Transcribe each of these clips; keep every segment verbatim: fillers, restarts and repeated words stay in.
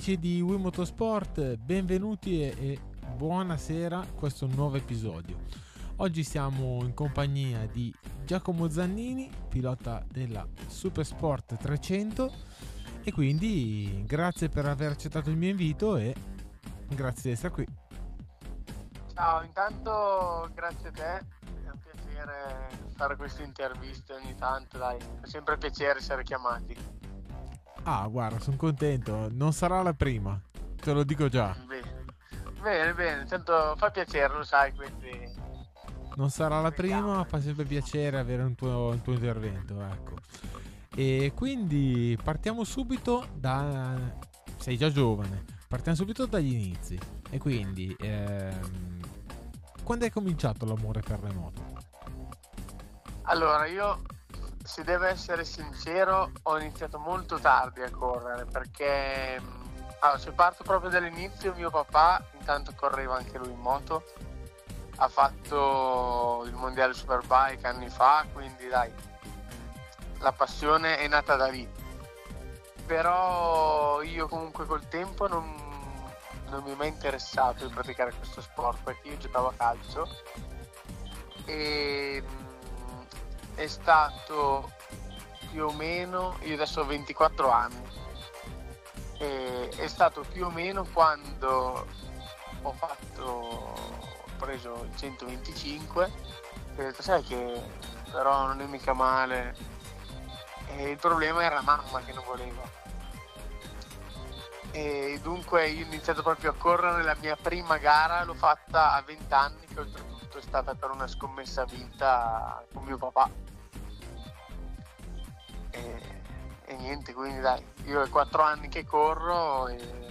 amici di Wii Motorsport, benvenuti e, e buonasera a questo nuovo episodio. Oggi siamo in compagnia di Giacomo Zannini, pilota della Supersport trecento, e quindi grazie per aver accettato il mio invito e grazie di essere qui. Ciao, intanto grazie a te, è un piacere fare queste interviste ogni tanto, dai, è sempre un piacere essere chiamati. Ah, guarda, sono contento, non sarà la prima, te lo dico già. Bene, bene, bene, intanto fa piacere, lo sai, quindi... Non sarà la Vediamo. prima, fa sempre piacere avere un tuo, un tuo intervento, ecco. E quindi partiamo subito da... sei già giovane, partiamo subito dagli inizi. E quindi, ehm, quando hai cominciato l'amore per le moto? Allora, io, se devo essere sincero, ho iniziato molto tardi a correre, perché... Allora, se parto proprio dall'inizio, mio papà, intanto correva anche lui in moto, ha fatto il mondiale Superbike anni fa, quindi dai, la passione è nata da lì. Però io comunque col tempo non, non mi è mai interessato di praticare questo sport, perché io giocavo a calcio e mh, è stato più o meno, io adesso ho ventiquattro anni, e è stato più o meno quando ho fatto, ho preso il centoventicinque e ho detto sai che però non è mica male, e il problema era mamma che non voleva, e dunque io ho iniziato proprio a correre. La mia prima gara l'ho fatta a venti anni, che oltretutto è stata per una scommessa vinta con mio papà, e, e niente, quindi dai, io ho quattro anni che corro e,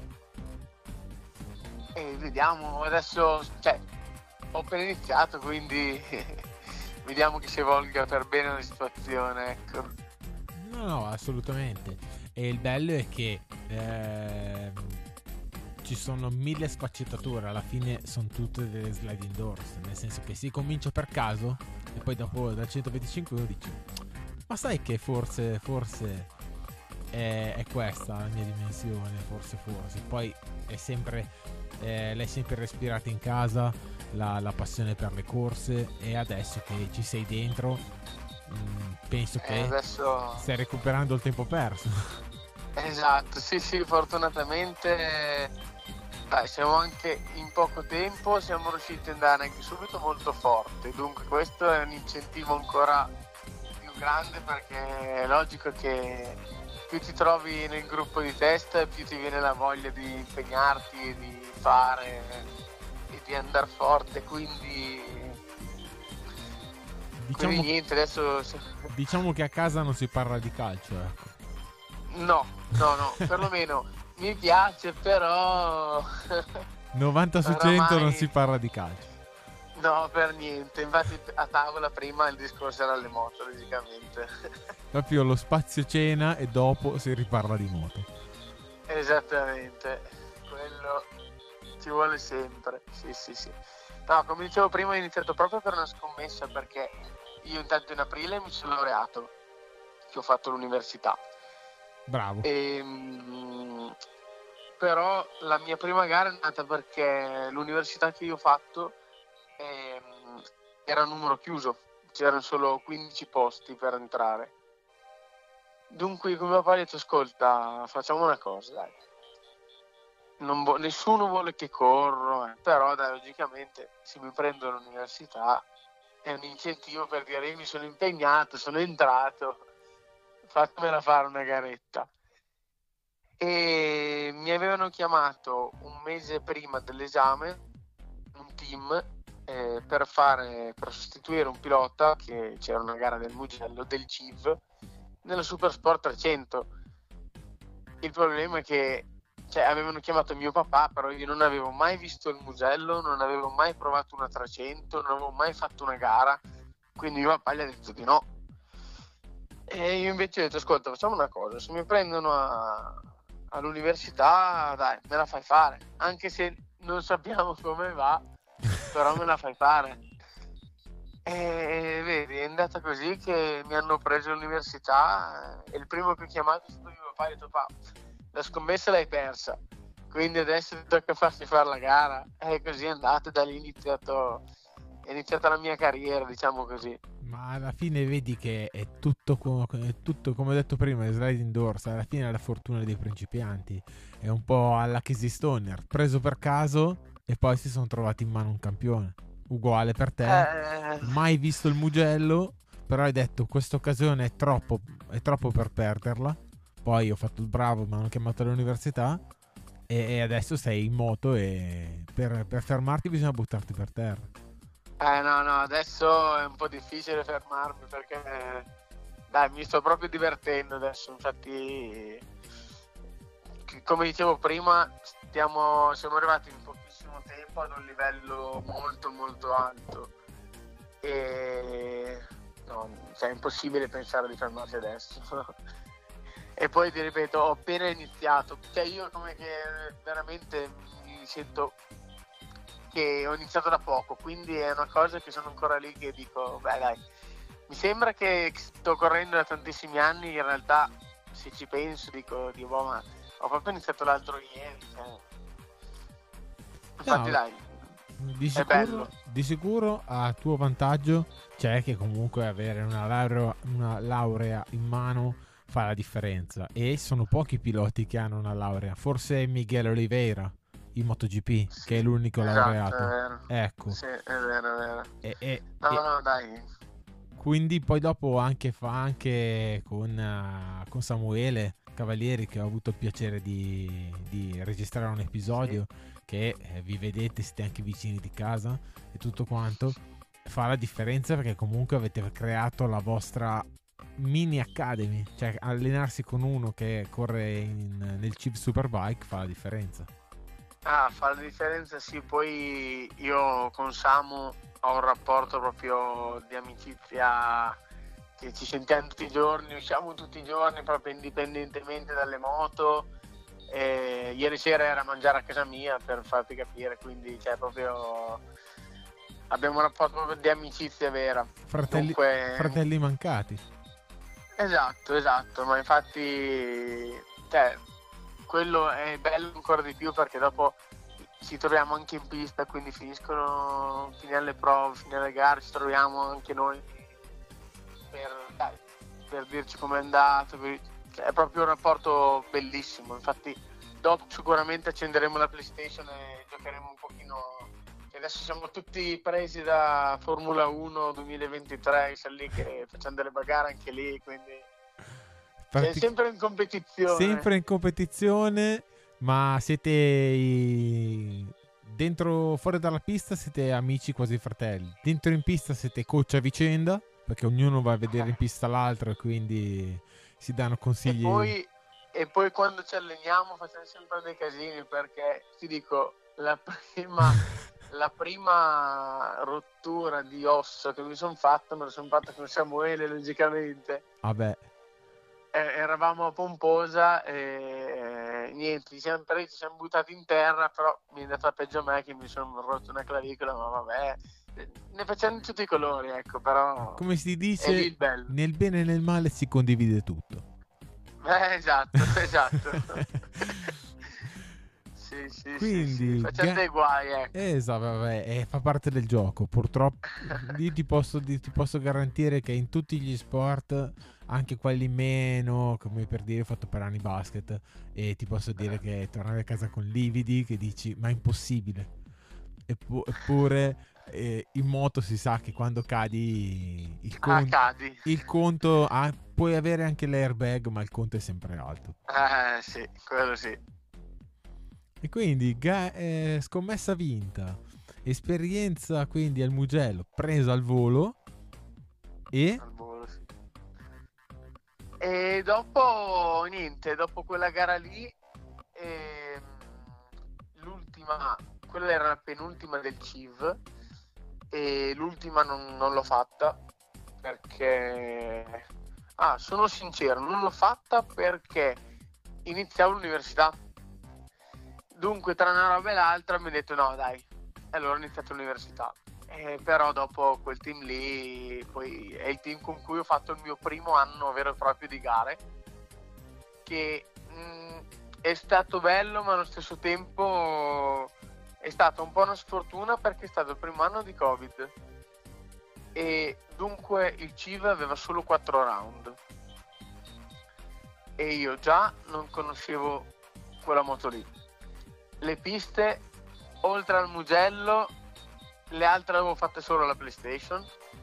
e vediamo adesso, cioè ho appena iniziato, quindi vediamo che si evolga per bene la situazione, ecco. No, no, assolutamente. E il bello è che ehm, ci sono mille sfaccettature, alla fine sono tutte delle sliding doors, nel senso che si comincia per caso e poi dopo dal centoventicinque uno dice ma sai che forse forse è, è questa la mia dimensione, forse forse poi è sempre eh, l'hai sempre respirata in casa la, la passione per le corse, e adesso che ci sei dentro mh, penso che Eh, adesso stai recuperando il tempo perso. esatto, sì sì, fortunatamente dai, siamo anche in poco tempo siamo riusciti ad andare anche subito molto forte, dunque questo è un incentivo ancora più grande, perché è logico che più ti trovi nel gruppo di testa più ti viene la voglia di impegnarti, di fare e di andare forte, quindi Diciamo, quindi niente, adesso diciamo che a casa non si parla di calcio, ecco. no, no, no, perlomeno mi piace, però novanta su cento oramai non si parla di calcio. no, per niente. Infatti a tavola prima il discorso era le moto, logicamente. Proprio lo spazio cena e dopo si riparla di moto. Esattamente, quello ci vuole sempre. Sì, sì, sì. No, come dicevo prima, ho iniziato proprio per una scommessa, perché io intanto in aprile mi sono laureato, che ho fatto l'università. Bravo. E, mh, però la mia prima gara è nata perché l'università che io ho fatto ehm, era a numero chiuso, c'erano solo quindici posti per entrare. Dunque come papà ha detto ascolta, facciamo una cosa, dai, non vo- nessuno vuole che corro, eh, però dai, logicamente se mi prendo l'università è un incentivo per dire io mi sono impegnato, sono entrato, fatemela fare una garetta. E mi avevano chiamato un mese prima dell'esame un team eh, per fare per sostituire un pilota, che c'era una gara del Mugello del C I V nella Supersport trecento. Il problema è che cioè, avevano chiamato mio papà, però io non avevo mai visto il Mugello, non avevo mai provato una trecento, non avevo mai fatto una gara, quindi mio papà gli ha detto di no. E io invece ho detto ascolta, facciamo una cosa, se mi prendono a, all'università dai, me la fai fare, anche se non sappiamo come va, però me la fai fare. E vedi, è andata così che mi hanno preso all'università e il primo che ho chiamato è stato mio papà, e ho detto papà, la scommessa l'hai persa, quindi adesso ti tocca farsi fare la gara, e così è andato. Da lì è iniziato, è iniziata la mia carriera, diciamo così. Ma alla fine vedi che è tutto, co- è tutto come ho detto prima, sliding doors, alla fine è la fortuna dei principianti, è un po' alla Casey Stoner, preso per caso e poi si sono trovati in mano un campione, uguale per te, Eh, mai visto il Mugello, però hai detto questa occasione è troppo, è troppo per perderla, poi ho fatto il bravo, mi hanno chiamato all'università e, e adesso sei in moto e per, per fermarti bisogna buttarti per terra. eh no, no, adesso è un po' difficile fermarmi perché, dai, mi sto proprio divertendo adesso, infatti, c- come dicevo prima, stiamo, siamo arrivati in pochissimo tempo ad un livello molto molto alto e no, cioè, è impossibile pensare di fermarsi adesso. E poi ti ripeto, ho appena iniziato, cioè io come che veramente mi sento che ho iniziato da poco, quindi è una cosa che sono ancora lì che dico, beh dai, mi sembra che sto correndo da tantissimi anni, in realtà se ci penso dico, dico boh, ma ho proprio iniziato l'altro ieri, cioè. Infatti No, dai, di è sicuro, bello. di sicuro a tuo vantaggio c'è che comunque avere una laurea, una laurea in mano fa la differenza e sono pochi piloti che hanno una laurea, forse Miguel Oliveira in MotoGP Sì, che è l'unico esatto, è laureato, vero. ecco, Sì, è vero, è vero. e, e- No, e no, dai. quindi poi dopo anche fa anche con, eh, con Samuele Cavalieri che ho avuto il piacere di, di registrare un Sì. episodio che eh, vi vedete, siete anche vicini di casa e tutto quanto, fa la differenza perché comunque avete creato la vostra mini academy, cioè allenarsi con uno che corre in- nel Chip Superbike fa la differenza. Ah, fa la differenza, sì. Poi io con Samu ho un rapporto proprio di amicizia che ci sentiamo tutti i giorni, usciamo tutti i giorni proprio indipendentemente dalle moto. E ieri sera era a mangiare a casa mia per farti capire, quindi cioè proprio abbiamo un rapporto proprio di amicizia vera. Fratelli, Dunque, fratelli mancati. esatto, esatto, ma infatti, cioè, quello è bello ancora di più perché dopo ci troviamo anche in pista, quindi finiscono, finiamo le prove, finiamo le gare, ci troviamo anche noi per, dai, per dirci com'è andato, per- cioè, è proprio un rapporto bellissimo, infatti dopo sicuramente accenderemo la PlayStation e giocheremo un pochino, che adesso siamo tutti presi da Formula uno duemilaventitré, siamo lì che facciamo delle bagare anche lì, quindi c'è Prati- sempre in competizione. sempre in competizione, ma siete i- dentro, fuori dalla pista siete amici quasi fratelli. Dentro in pista siete coach a vicenda, perché ognuno va a vedere in pista l'altro e quindi si danno E consigli. poi, e poi quando ci alleniamo facciamo sempre dei casini perché ti dico, la prima, la prima rottura di osso che mi sono fatto me la sono fatta con Samuele, logicamente. Vabbè, Eh, eravamo a Pomposa e niente, ci siamo presi, ci siamo buttati in terra, però mi è andata peggio a me che mi sono rotto una clavicola, ma vabbè, ne facciamo di tutti i colori, ecco, però come si è lì dice, il bello. nel bene e nel male si condivide tutto. Eh, esatto, esatto. Sì, sì, sì, sì, Quindi, facciamo ga- dei guai, ecco. esatto, vabbè, eh, fa parte del gioco. Purtroppo, io ti posso, ti ti posso garantire che in tutti gli sport, anche quelli meno, come per dire, ho fatto per anni basket, e ti posso dire che tornare a casa con lividi, che dici, ma è impossibile. Eppu- eppure, eh, in moto si sa che quando cadi, il, Ah, con- cadi. il conto, ha- puoi avere anche l'airbag, ma il conto è sempre alto. Eh, sì, quello sì. E quindi ga- eh, scommessa vinta, esperienza quindi al Mugello, presa al volo e Al volo, sì. E dopo, niente, dopo quella gara lì, ehm, l'ultima, quella era la penultima del C I V e l'ultima non, non l'ho fatta perché, ah, sono sincero, non l'ho fatta perché iniziavo l'università. Dunque, tra una roba e l'altra mi ho detto no, dai, allora ho iniziato l'università. Eh, però dopo quel team lì, poi è il team con cui ho fatto il mio primo anno vero e proprio di gare, che mh, è stato bello, ma allo stesso tempo è stata un po' una sfortuna perché è stato il primo anno di Covid e dunque il C I V aveva solo quattro round e io già non conoscevo quella moto lì. Le piste, oltre al Mugello, le altre avevo fatte solo alla PlayStation.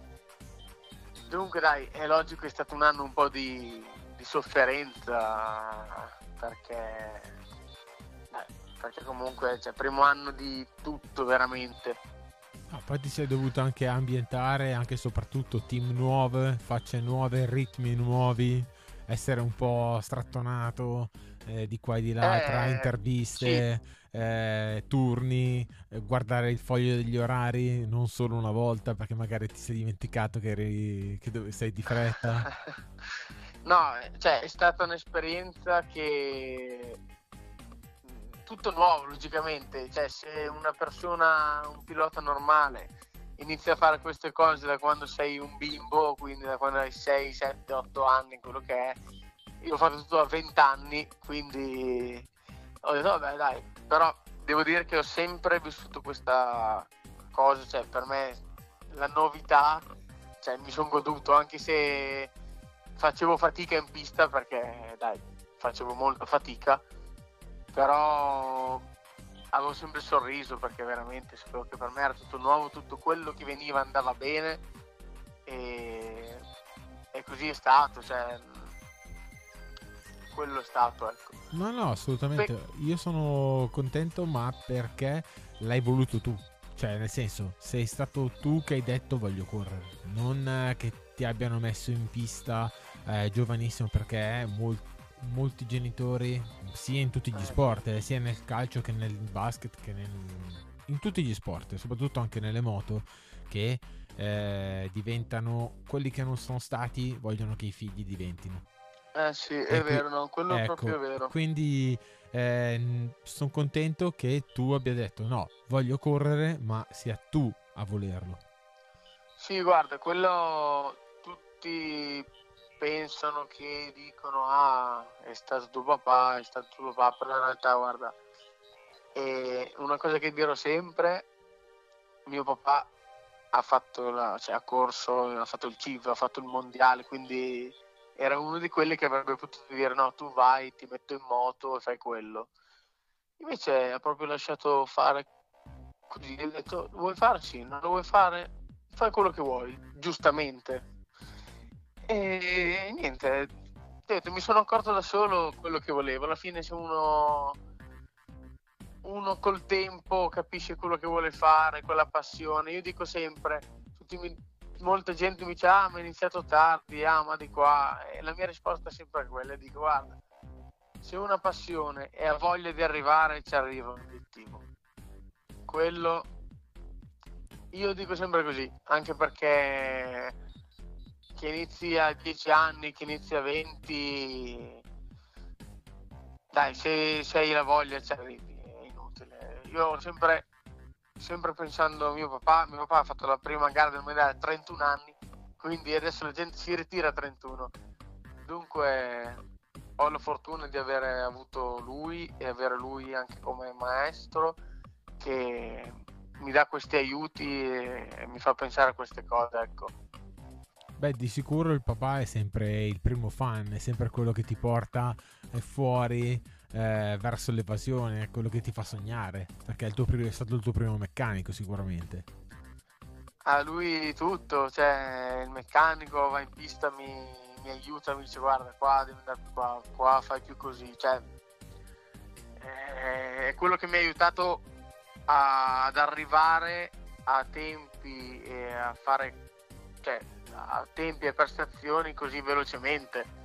Dunque dai, è logico che è stato un anno un po' di, di sofferenza perché, dai, perché comunque cioè primo anno di tutto veramente. Ah, poi ti sei dovuto anche ambientare, anche e soprattutto team nuove, facce nuove, ritmi nuovi, essere un po' strattonato eh, di qua e di là Eh, tra interviste, sì. eh, turni, eh, guardare il foglio degli orari non solo una volta perché magari ti sei dimenticato che, eri, che dove sei di fretta. No, cioè è stata un'esperienza che tutto nuovo logicamente, cioè se una persona, un pilota normale inizia a fare queste cose da quando sei un bimbo, quindi da quando hai sei, sette, otto anni, quello che è, io ho fatto tutto a venti anni, quindi ho detto vabbè dai, però devo dire che ho sempre vissuto questa cosa, cioè per me la novità, cioè mi sono goduto anche se facevo fatica in pista perché dai, facevo molta fatica, però avevo sempre il sorriso perché veramente sapevo che per me era tutto nuovo, tutto quello che veniva andava bene e, e così è stato, cioè quello è stato, ecco. No, no, assolutamente. Beh, Io sono contento, ma perché l'hai voluto tu. Cioè, nel senso, sei stato tu che hai detto voglio correre, non eh, che ti abbiano messo in pista eh, giovanissimo, perché mol- molti genitori, sia in tutti gli eh, sport, eh, sia nel calcio che nel basket, che nel, in tutti gli sport, soprattutto anche nelle moto, che eh, diventano quelli che non sono stati, vogliono che i figli diventino. eh sì, E è qui, vero, no, quello è proprio ecco, vero. quindi eh, sono contento che tu abbia detto no, voglio correre, ma sia tu a volerlo. Sì, guarda, quello tutti pensano che dicono ah, è stato tuo papà, è stato tuo papà, però in realtà guarda, è una cosa che dirò sempre, mio papà ha fatto la, cioè, ha corso, ha fatto il C I V, ha fatto il mondiale, quindi era uno di quelli che avrebbe potuto dire no, tu vai, ti metto in moto e fai quello. Invece ha proprio lasciato fare così, ha detto vuoi farci, non lo vuoi fare? Fai quello che vuoi, giustamente. E niente, detto, mi sono accorto da solo quello che volevo. Alla fine se uno, uno col tempo capisce quello che vuole fare, quella passione, io dico sempre, tutti mi, molta gente mi dice ah ma hai iniziato tardi, ah ma di qua, e la mia risposta è sempre quella, dico guarda, se una passione e ha voglia di arrivare ci arriva un obiettivo. Quello io dico sempre così, anche perché che inizi a dieci anni, che inizi a venti, dai, se, se hai la voglia ci arrivi, è inutile. Io ho sempre, sempre pensando a mio papà, mio papà ha fatto la prima gara del mondiale a trentuno anni, quindi adesso la gente si ritira a trentuno. Dunque ho la fortuna di avere avuto lui e avere lui anche come maestro che mi dà questi aiuti e mi fa pensare a queste cose, ecco. Beh, di sicuro il papà è sempre il primo fan, è sempre quello che ti porta fuori eh, verso l'evasione, è quello che ti fa sognare, perché è, il tuo primo, è stato il tuo primo meccanico sicuramente. A lui tutto, cioè il meccanico va in pista, mi, mi aiuta, mi dice guarda qua devi andare qua, qua fai più così, cioè è quello che mi ha aiutato a, ad arrivare a tempi e a fare, cioè a tempi e prestazioni così velocemente.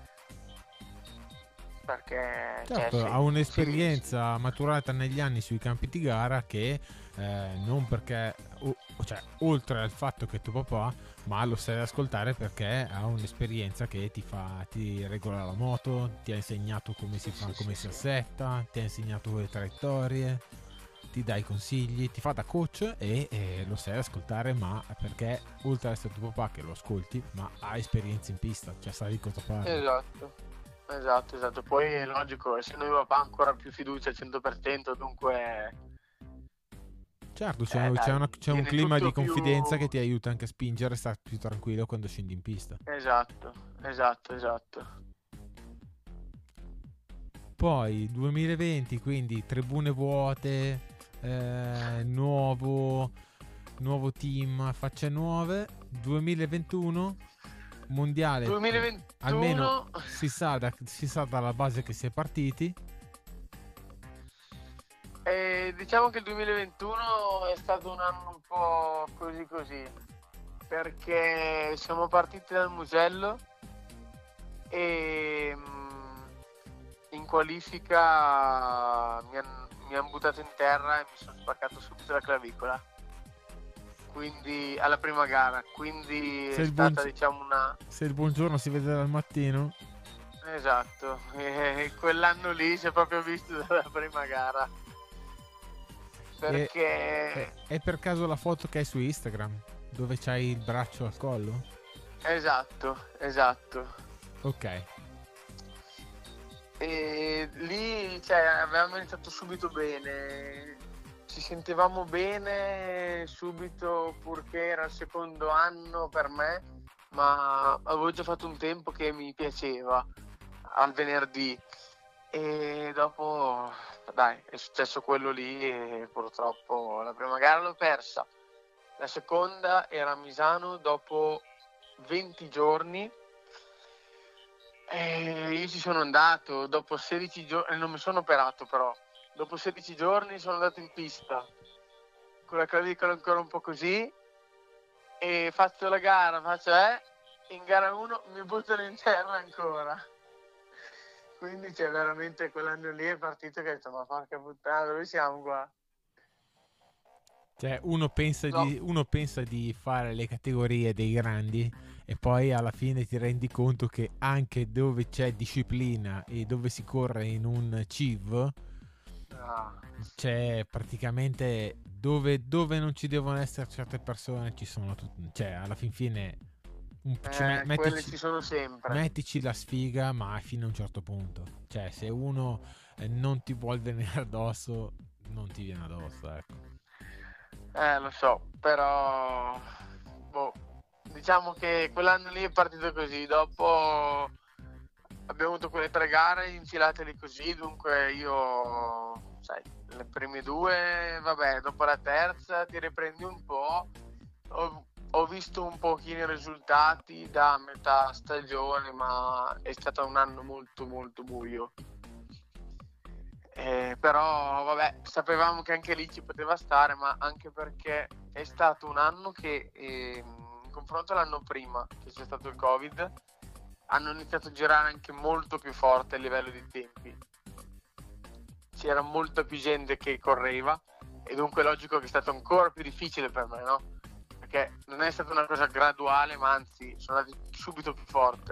Perché cioè, Certo, sì, ha sì, sì. un'esperienza maturata negli anni sui campi di gara che eh, non perché, o- cioè, oltre al fatto che è tuo papà, ma lo stai ad ascoltare perché ha un'esperienza che ti fa, ti regola la moto, ti ha insegnato come si Sì, fa, sì, come sì, si sì. assetta, ti ha insegnato le traiettorie, ti dà i consigli, ti fa da coach e, e lo stai ad ascoltare, ma perché oltre ad essere tuo papà che lo ascolti, ma ha esperienza in pista, cioè sai di cosa parli. Esatto. esatto, esatto. Poi è logico, essendo mio papà ancora più fiducia al cento per cento, dunque Certo, c'è, eh, c'è dai, una- c'è un viene clima di tutto più confidenza che ti aiuta anche a spingere e star più tranquillo quando scendi in pista. esatto, esatto, esatto. Poi duemilaventi, quindi tribune vuote, eh, nuovo, nuovo team, facce nuove. duemilaventuno, mondiale, almeno duemilaventuno si sa, da- si sa dalla base che si è partiti. eh, diciamo che il duemilaventuno è stato un anno un po' così così, perché siamo partiti dal Mugello e mm, in qualifica mi hanno mi han buttato in terra e mi sono spaccato subito la clavicola, quindi alla prima gara, quindi Se è il, buon, stata diciamo una se il buongiorno si vede dal mattino. esatto, e quell'anno lì si è proprio visto dalla prima gara, perché È, è per caso la foto che hai su Instagram, dove c'hai il braccio al collo? esatto, esatto. Ok. E lì cioè, avevamo iniziato subito bene, ci sentivamo bene subito, purché era il secondo anno per me, ma avevo già fatto un tempo che mi piaceva al venerdì e dopo dai è successo quello lì e purtroppo la prima gara l'ho persa, la seconda era a Misano dopo venti giorni. Eh, io ci sono andato dopo sedici giorni, non mi sono operato però, dopo sedici giorni sono andato in pista con la clavicola ancora un po' così e faccio la gara, faccio eh, in gara uno mi buttano in terra ancora. Quindi c'è veramente quell'anno lì è partito che ho detto ma porca puttana, dove siamo qua? Cioè, uno pensa, No, di, uno pensa di fare le categorie dei grandi e poi alla fine ti rendi conto che anche dove c'è disciplina e dove si corre in un C I V, no. c'è praticamente dove, dove non ci devono essere certe persone, ci sono tutte. Cioè, alla fin fine, un, ci met- Eh, quelle mettici, ci sono sempre. mettici la sfiga, ma fino a un certo punto. Cioè, se uno eh, non ti vuol venire addosso, non ti viene addosso, ecco. Eh, lo so, però boh, diciamo che quell'anno lì è partito così, dopo abbiamo avuto quelle tre gare infilate lì così, dunque io, sai, le prime due, vabbè, dopo la terza ti riprendi un po', ho, ho visto un pochino i risultati da metà stagione, ma è stato un anno molto molto buio. Eh, però vabbè, sapevamo che anche lì ci poteva stare, ma anche perché è stato un anno che eh, in confronto all'anno prima che c'è stato il Covid hanno iniziato a girare anche molto più forte a livello di tempi, c'era molta più gente che correva e dunque è logico che è stato ancora più difficile per me, no? Perché non è stata una cosa graduale, ma anzi sono andati subito più forte.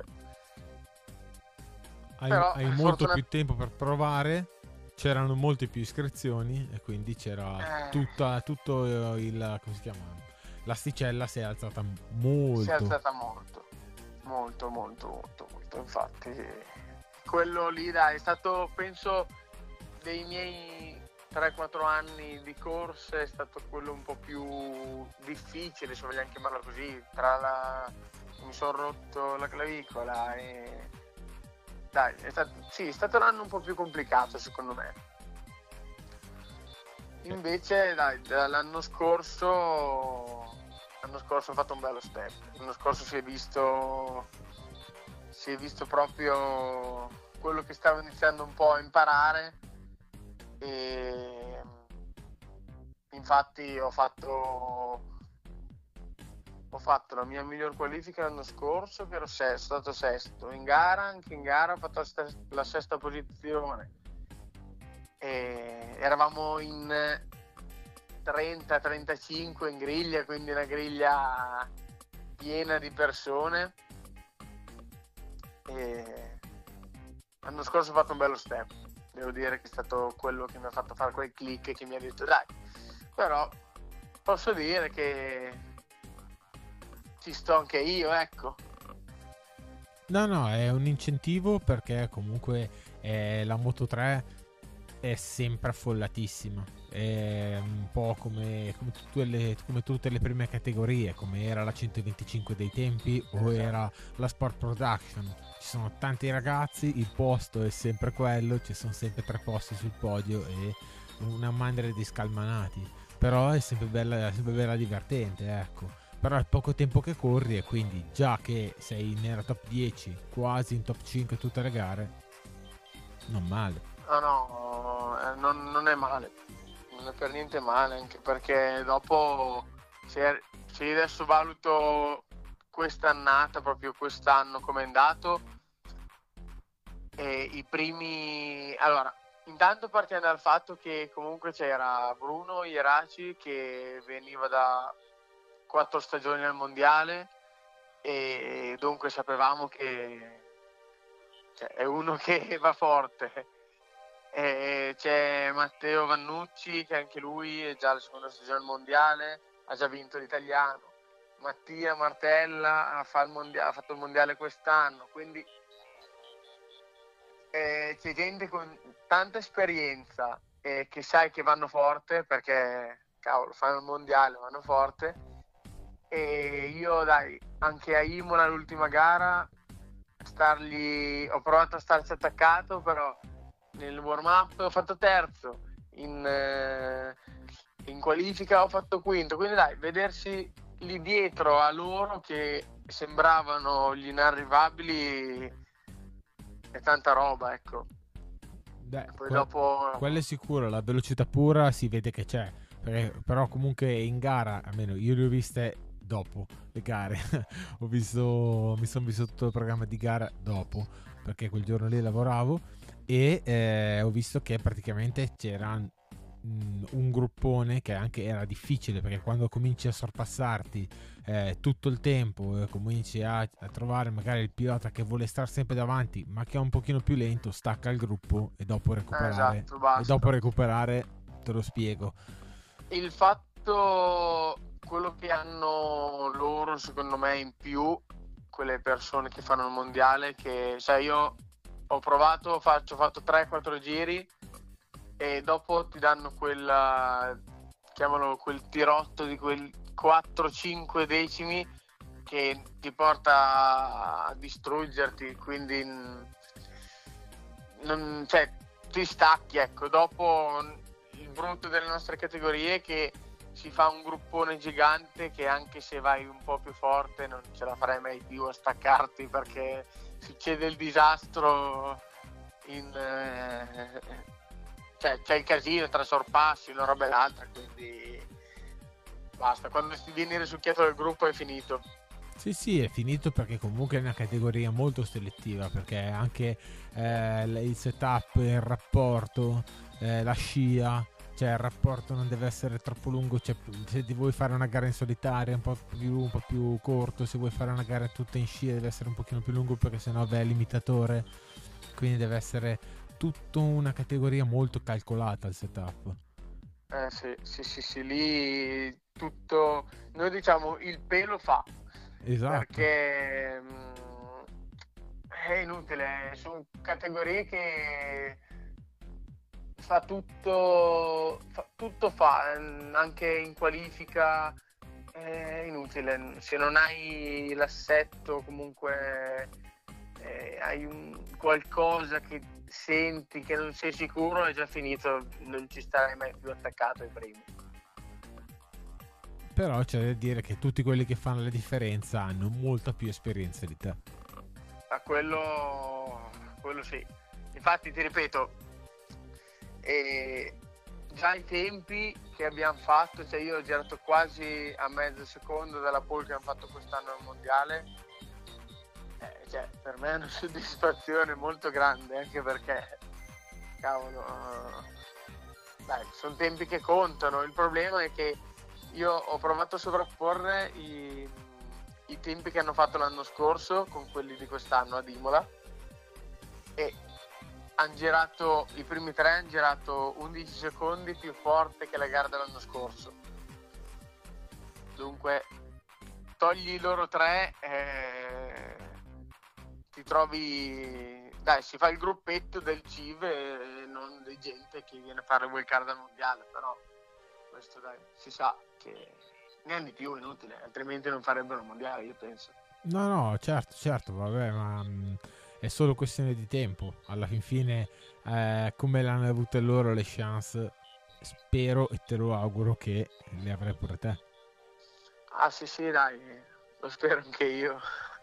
Hai, Però hai molto fortuna- più tempo per provare, c'erano molte più iscrizioni e quindi c'era eh, tutta, tutto il, come si chiama? L'asticella si è alzata si è molto. alzata molto, molto, molto, molto, molto. Infatti, quello lì, dai, è stato, penso, dei miei tre quattro anni di corsa, è stato quello un po' più difficile, se vogliamo chiamarlo così, tra la... mi sono rotto la clavicola e... Dai, è stato, sì, è stato un anno un po' più complicato, secondo me. Invece, dai, l'anno scorso, l'anno scorso ho fatto un bello step. L'anno scorso si è visto, si è visto proprio quello che stavo iniziando un po' a imparare. E infatti ho fatto, ho fatto la mia miglior qualifica l'anno scorso, che ero sesto, sono stato sesto. In gara, anche in gara, ho fatto la, sesta, la sesta posizione. E eravamo in trenta trentacinque in griglia, quindi una griglia piena di persone e l'anno scorso ho fatto un bello step, devo dire che è stato quello che mi ha fatto fare quel click che mi ha detto dai, però posso dire che ci sto anche io, ecco. No, no, è un incentivo perché comunque eh, la Moto tre è sempre affollatissima. È un po' come, come tutte le, come tutte le prime categorie, come era la centoventicinque dei tempi o Esatto. era la Sport Production. Ci sono tanti ragazzi, il posto è sempre quello, ci sono sempre tre posti sul podio e una mandria di scalmanati. Però è sempre bella, è sempre bella divertente, ecco. Però è poco tempo che corri e quindi già che sei nella top dieci, quasi in top cinque tutte le gare, non male. No, no, eh, non, non è male, non è per niente male, anche perché dopo, se, se io adesso valuto quest'annata, proprio quest'anno come è andato, e i primi... Allora, intanto partendo dal fatto che comunque c'era Bruno Ieraci che veniva da quattro stagioni al mondiale e dunque sapevamo che cioè, è uno che va forte. E c'è Matteo Vannucci che anche lui è già la seconda stagione al mondiale, ha già vinto l'italiano. Mattia Martella ha, fa il mondia- ha fatto il mondiale quest'anno, quindi eh, c'è gente con tanta esperienza eh, che sai che vanno forte perché cavolo fanno il mondiale, vanno forte. E io dai, anche a Imola l'ultima gara stargli, ho provato a starci attaccato, però nel warm up ho fatto terzo, in, eh, in qualifica ho fatto quinto, quindi dai, vedersi lì dietro a loro che sembravano gli inarrivabili è tanta roba, ecco. Beh, Poi que- dopo quello è sicuro, la velocità pura si vede che c'è, perché- però comunque in gara, almeno io le ho viste dopo le gare, ho visto, mi sono visto tutto il programma di gara dopo, perché quel giorno lì lavoravo e eh, ho visto che praticamente c'era mh, un gruppone che anche era difficile, perché quando cominci a sorpassarti eh, tutto il tempo e cominci a, a trovare magari il pilota che vuole stare sempre davanti ma che è un pochino più lento, stacca il gruppo e dopo eh, recuperare esatto, e dopo basta. recuperare te lo spiego. Il fatto, quello che hanno loro secondo me in più, quelle persone che fanno il mondiale, che sai io ho provato, faccio, ho fatto tre quattro giri e dopo ti danno quella, chiamalo quel tirotto di quel quattro cinque decimi che ti porta a distruggerti, quindi non, cioè, ti stacchi, ecco. Dopo il brutto delle nostre categorie è che si fa un gruppone gigante che anche se vai un po' più forte non ce la farai mai più a staccarti perché succede il disastro in, eh, cioè c'è il casino tra sorpassi una roba e l'altra, quindi basta, quando si viene risucchiato del gruppo è finito. Sì, sì, è finito perché comunque è una categoria molto selettiva, perché anche eh, il setup, il rapporto, eh, la scia, cioè il rapporto non deve essere troppo lungo, cioè, se ti vuoi fare una gara in solitaria un po' più, un po' più corto, se vuoi fare una gara tutta in scia deve essere un pochino più lungo perché sennò vai al limitatore, quindi deve essere tutta una categoria molto calcolata il setup. Eh sì, sì, sì, sì, lì tutto, noi diciamo il pelo fa, Esatto. perché mh, è inutile, sono categorie che fa tutto, fa, tutto fa, ehm, anche in qualifica è inutile, se non hai l'assetto comunque eh, hai un, qualcosa che senti che non sei sicuro è già finito, non ci starai mai più attaccato ai primi. Però c'è da dire che tutti quelli che fanno la differenza hanno molta più esperienza di te. A quello, quello sì. Infatti ti ripeto, eh, già i tempi che abbiamo fatto, cioè io ho girato quasi a mezzo secondo dalla pole che hanno fatto quest'anno al mondiale, eh, cioè, per me è una soddisfazione molto grande, anche perché cavolo, dai, sono tempi che contano. Il problema è che io ho provato a sovrapporre i, i tempi che hanno fatto l'anno scorso con quelli di quest'anno ad Imola e hanno girato, i primi tre hanno girato undici secondi più forte che la gara dell'anno scorso. Dunque togli loro tre, eh, ti trovi, dai, si fa il gruppetto del C I V e non di gente che viene a fare wild card al mondiale, però questo dai, si sa che neanche di più è inutile, altrimenti non farebbero il mondiale, io penso. No, no, certo, certo, vabbè, ma mh, è solo questione di tempo. Alla fin fine, eh, come l'hanno avute loro le chance, spero e te lo auguro che le avrai pure te. Ah sì sì, dai, lo spero anche io.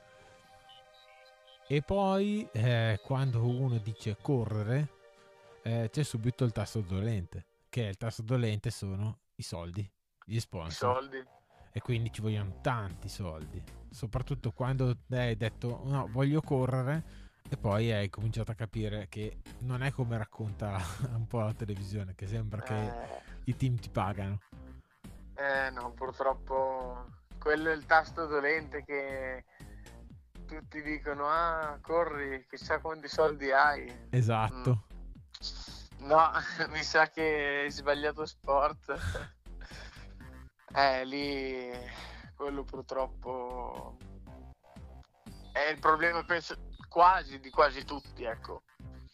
E poi, eh, quando uno dice correre, eh, c'è subito il tasto dolente, che il tasto dolente sono i soldi, gli I sponsor. soldi. E quindi ci vogliono tanti soldi, soprattutto quando hai detto no, voglio correre, e poi hai cominciato a capire che non è come racconta un po' la televisione, che sembra che Eh, i team ti pagano. eh no, purtroppo quello è il tasto dolente che tutti dicono, ah, corri, chissà quanti soldi hai. Mm. Esatto. No, mi sa che hai sbagliato sport. Eh, lì quello purtroppo è il problema, penso, quasi di quasi tutti, ecco.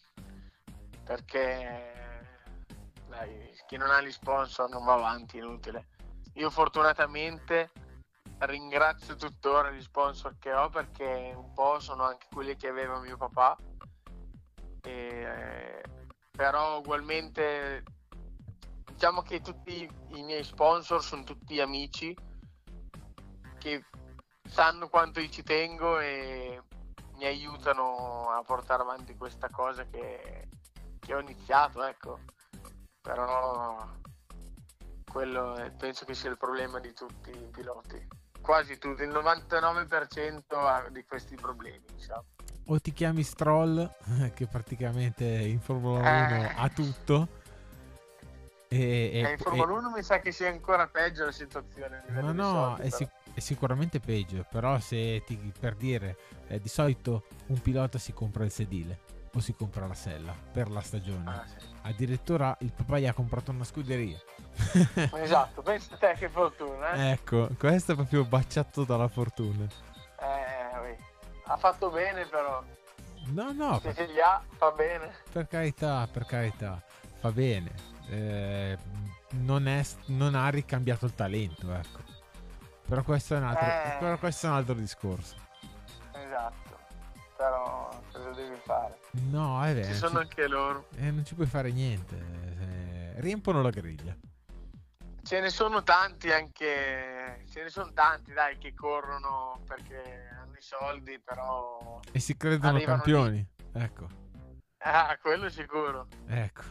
Perché dai, chi non ha gli sponsor non va avanti, inutile. Io fortunatamente ringrazio tuttora gli sponsor che ho, perché un po' sono anche quelli che aveva mio papà. E, eh, però ugualmente diciamo che tutti i miei sponsor sono tutti amici che sanno quanto io ci tengo e mi aiutano a portare avanti questa cosa che, che ho iniziato, ecco. Però quello è, penso che sia il problema di tutti i piloti, quasi tutti, il novantanove per cento di questi problemi, diciamo. O ti chiami Stroll, che praticamente in Formula uno Eh, ha tutto, e, eh, e, in e Formula uno mi sa che sia ancora peggio la situazione a no, livello di no, soldi, è, però. sic- è sicuramente peggio, però se ti, per dire, eh, di solito un pilota si compra il sedile o si compra la sella per la stagione. Ah, sì. Addirittura il papà gli ha comprato una scuderia. Esatto, pensa te che fortuna, eh? Ecco, questo è proprio baciato dalla fortuna. Eh, oui. Ha fatto bene però, No, no, se per, ce li ha, fa bene. per carità, per carità, fa bene. Eh, non, è, non ha ricambiato il talento, ecco. Però questo è un altro, però Eh, questo è un altro discorso. esatto, però cosa devi fare? No, è Ci vero, sono ci- anche loro. eh, non ci puoi fare niente. eh, riempono la griglia. Ce ne sono tanti anche, ce ne sono tanti dai che corrono perché hanno i soldi, però E si credono arrivano lì. campioni. Ecco, Ah, quello sicuro. ecco.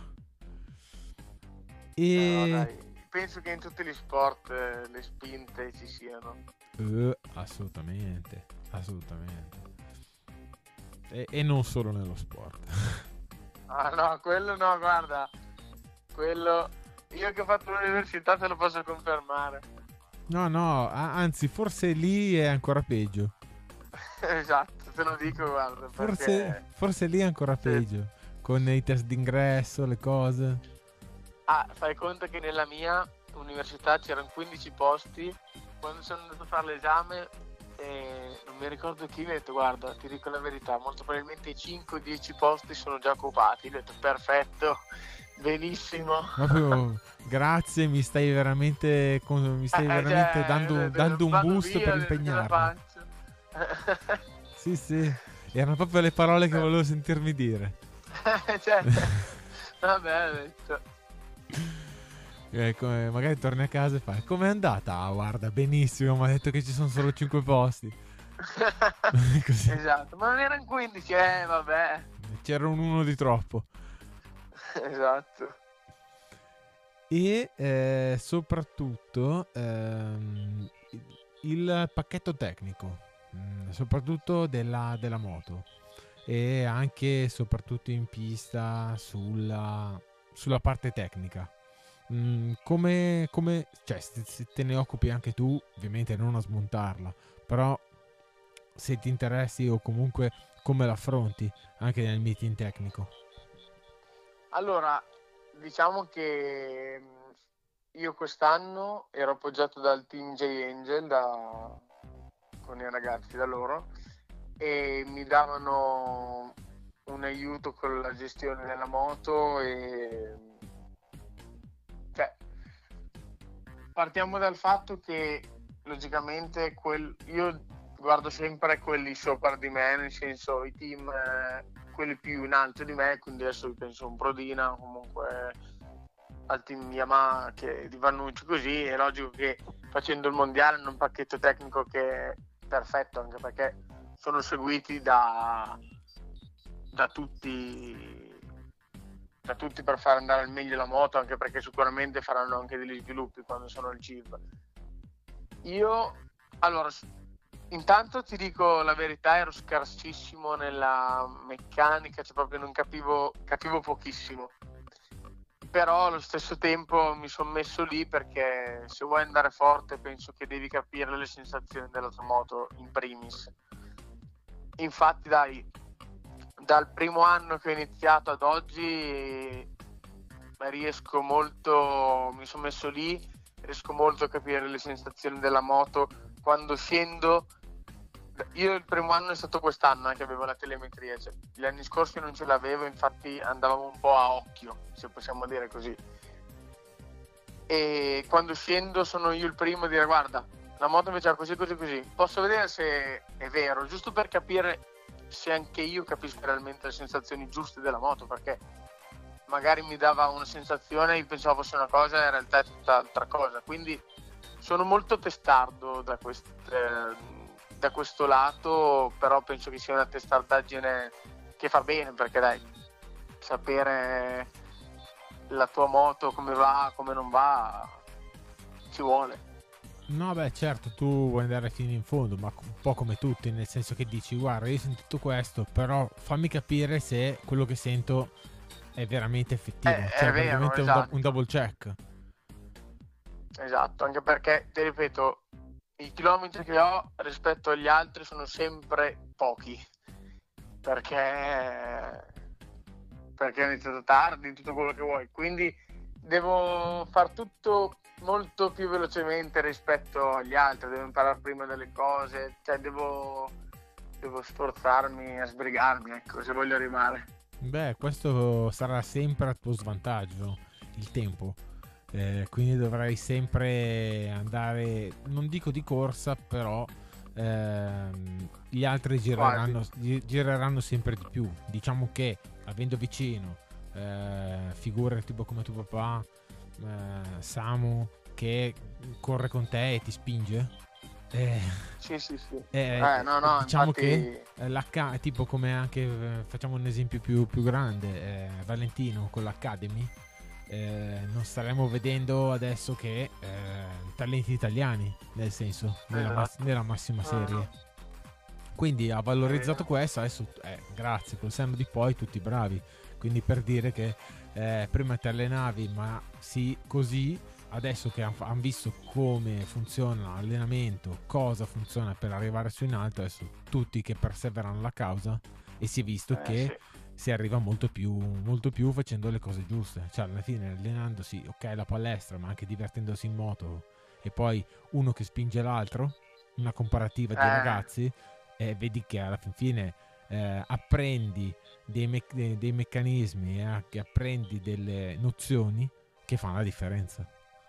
Però E... dai, penso che in tutti gli sport eh, le spinte ci siano. eh, assolutamente, assolutamente. E, e non solo nello sport. Ah no, quello no, guarda, quello io che ho fatto l'università te lo posso confermare. No, no, a- anzi, forse lì è ancora peggio. Esatto, te lo dico, guarda, Forse, perché forse lì è ancora sì. peggio. Con i test d'ingresso, le cose. Ah, fai conto che nella mia università c'erano quindici posti. Quando sono andato a fare l'esame, eh, non mi ricordo chi, mi ha detto guarda, ti dico la verità, molto probabilmente i cinque dieci posti sono già occupati. Ho detto perfetto, benissimo. Proprio grazie, mi stai veramente, con- mi stai Eh, veramente cioè, ho dando, detto, dando un vado boost via, per ho detto, ce la impegnarmi. faccio. Sì, sì, erano proprio le parole che volevo sentirmi dire. Cioè, vabbè, ho detto. Eh, come- magari torni a casa e fai: com'è andata? Ah, guarda, benissimo, mi ha detto che ci sono solo cinque posti. Così. Esatto, ma non erano quindici, eh, vabbè. C'era un uno di troppo. Esatto. E eh, soprattutto ehm, il pacchetto tecnico, mm, soprattutto della, della moto, e anche e soprattutto in pista sulla, sulla parte tecnica. Mm, come, come, cioè, se, se te ne occupi anche tu, ovviamente non a smontarla, però se ti interessi o comunque come l'affronti anche nel meeting tecnico. Allora, diciamo che mh, io quest'anno ero appoggiato dal team J Angel, da- con i ragazzi da loro, e mi davano un aiuto con la gestione della moto. E cioè, partiamo dal fatto che logicamente quel, io guardo sempre quelli sopra di me, nel senso i team, eh, quelli più in alto di me, quindi adesso penso a un Prodina, comunque al team Yamaha che, di Vannucci, così è logico che facendo il mondiale hanno un pacchetto tecnico che è perfetto, anche perché sono seguiti da, da tutti da tutti per far andare al meglio la moto, anche perché sicuramente faranno anche degli sviluppi quando sono al C I V. Io allora intanto ti dico la verità, ero scarsissimo nella meccanica, cioè proprio non capivo capivo pochissimo, però allo stesso tempo mi sono messo lì perché se vuoi andare forte penso che devi capire le sensazioni della tua moto in primis. Infatti dai, dal primo anno che ho iniziato ad oggi riesco molto, mi sono messo lì, riesco molto a capire le sensazioni della moto quando scendo. Io il primo anno è stato quest'anno eh, che avevo la telemetria, cioè, gli anni scorsi non ce l'avevo, infatti andavamo un po' a occhio, se possiamo dire così. E quando scendo sono io il primo a dire guarda, la moto invece è così così così, posso vedere se è vero, giusto per capire se anche io capisco realmente le sensazioni giuste della moto, perché magari mi dava una sensazione e io pensavo fosse una cosa e in realtà è tutt'altra cosa, quindi sono molto testardo da, queste, da questo lato, però penso che sia una testardaggine che fa bene, perché dai, sapere la tua moto come va, come non va, ci vuole. No, beh, certo, tu vuoi andare fino in fondo, ma un po' come tutti, nel senso che dici, guarda, io ho sentito questo, però fammi capire se quello che sento è veramente effettivo, È, cioè è vero, praticamente un, esatto. do- un double check. Esatto, anche perché, ti ripeto, i chilometri che ho rispetto agli altri sono sempre pochi, perché perché ho iniziato tardi, tutto quello che vuoi, quindi devo far tutto molto più velocemente rispetto agli altri, devo imparare prima delle cose, cioè devo, devo sforzarmi a sbrigarmi, ecco, se voglio arrivare. Beh, questo sarà sempre a tuo svantaggio, il tempo. Eh, quindi dovrai sempre andare, non dico di corsa, però ehm, gli altri gireranno, gi- gireranno sempre di più. Diciamo che avendo vicino eh, figure tipo come tuo papà, eh, Samu, che corre con te e ti spinge. Eh, Sì, sì, sì. eh, Eh, no, no, diciamo infatti... che eh, l'H, tipo come anche eh, facciamo un esempio più, più grande, eh, Valentino con l'Academy. Eh, non staremo vedendo adesso che eh, talenti italiani, nel senso, nella, Esatto. mas- nella massima serie. No, no. Quindi ha valorizzato Eh, questo, adesso eh, grazie, col senno di poi tutti bravi. Quindi per dire che eh, prima te allenavi, ma sì, così adesso che hanno visto come funziona l'allenamento, cosa funziona per arrivare su in alto, adesso tutti che perseverano la causa e si è visto eh, che sì. si arriva molto più, molto più facendo le cose giuste, cioè alla fine allenandosi, ok, la palestra, ma anche divertendosi in moto e poi uno che spinge l'altro, una comparativa di Eh, ragazzi, e vedi che alla fin fine eh, apprendi dei, me- dei meccanismi e anche apprendi delle nozioni che fanno la differenza.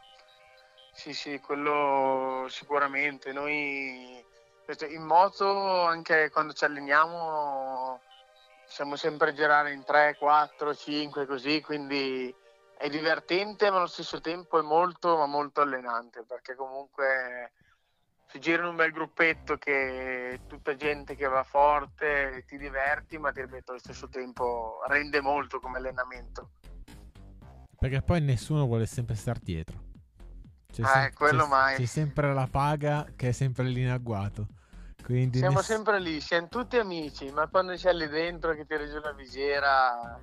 sì, sì, quello sicuramente. Noi in moto, anche quando ci alleniamo, siamo sempre a girare in tre, quattro, cinque così, quindi è divertente ma allo stesso tempo è molto ma molto allenante, perché comunque si gira in un bel gruppetto che è tutta gente che va forte, ti diverti, ma ti ripeto allo stesso tempo rende molto come allenamento. Perché poi nessuno vuole sempre star dietro. C'è, sem- Eh, c'è, quello mai. c'è sempre la paga che è sempre lì in agguato. Quindi Siamo ness- sempre lì, siamo tutti amici, ma quando c'è lì dentro che tira giù la visiera,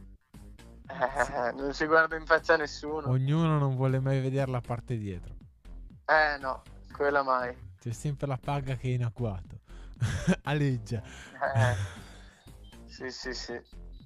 sì, eh, non si guarda in faccia a nessuno. ognuno non vuole mai vedere la parte dietro. Eh no, quella mai. C'è sempre la paga che è in agguato. Aleggia. Eh, sì, sì, sì.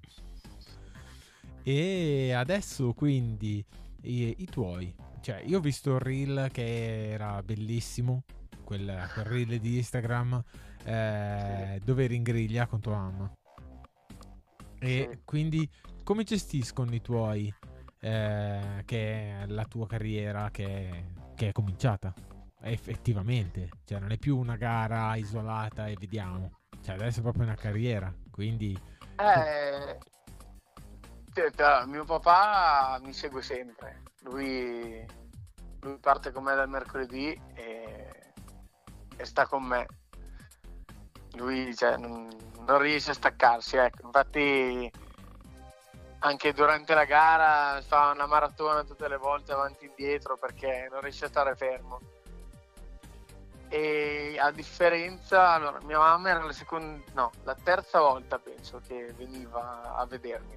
E adesso quindi i, i tuoi. Cioè, io ho visto il reel che era bellissimo. quel, quel reel di Instagram eh, sì. dove eri in griglia con tua mamma. E Sì. quindi come gestiscono i tuoi eh, che è la tua carriera che, che è cominciata effettivamente, cioè non è più una gara isolata e vediamo, cioè adesso è proprio una carriera, quindi co- Eh, te- te- mio papà mi segue sempre. Lui, lui parte con me dal mercoledì e, e sta con me. Lui cioè, non, non riesce a staccarsi, ecco. Infatti anche durante la gara fa una maratona tutte le volte avanti e indietro perché non riesce a stare fermo. E a differenza, allora, mia mamma era la seconda, no, la terza volta penso che veniva a vedermi.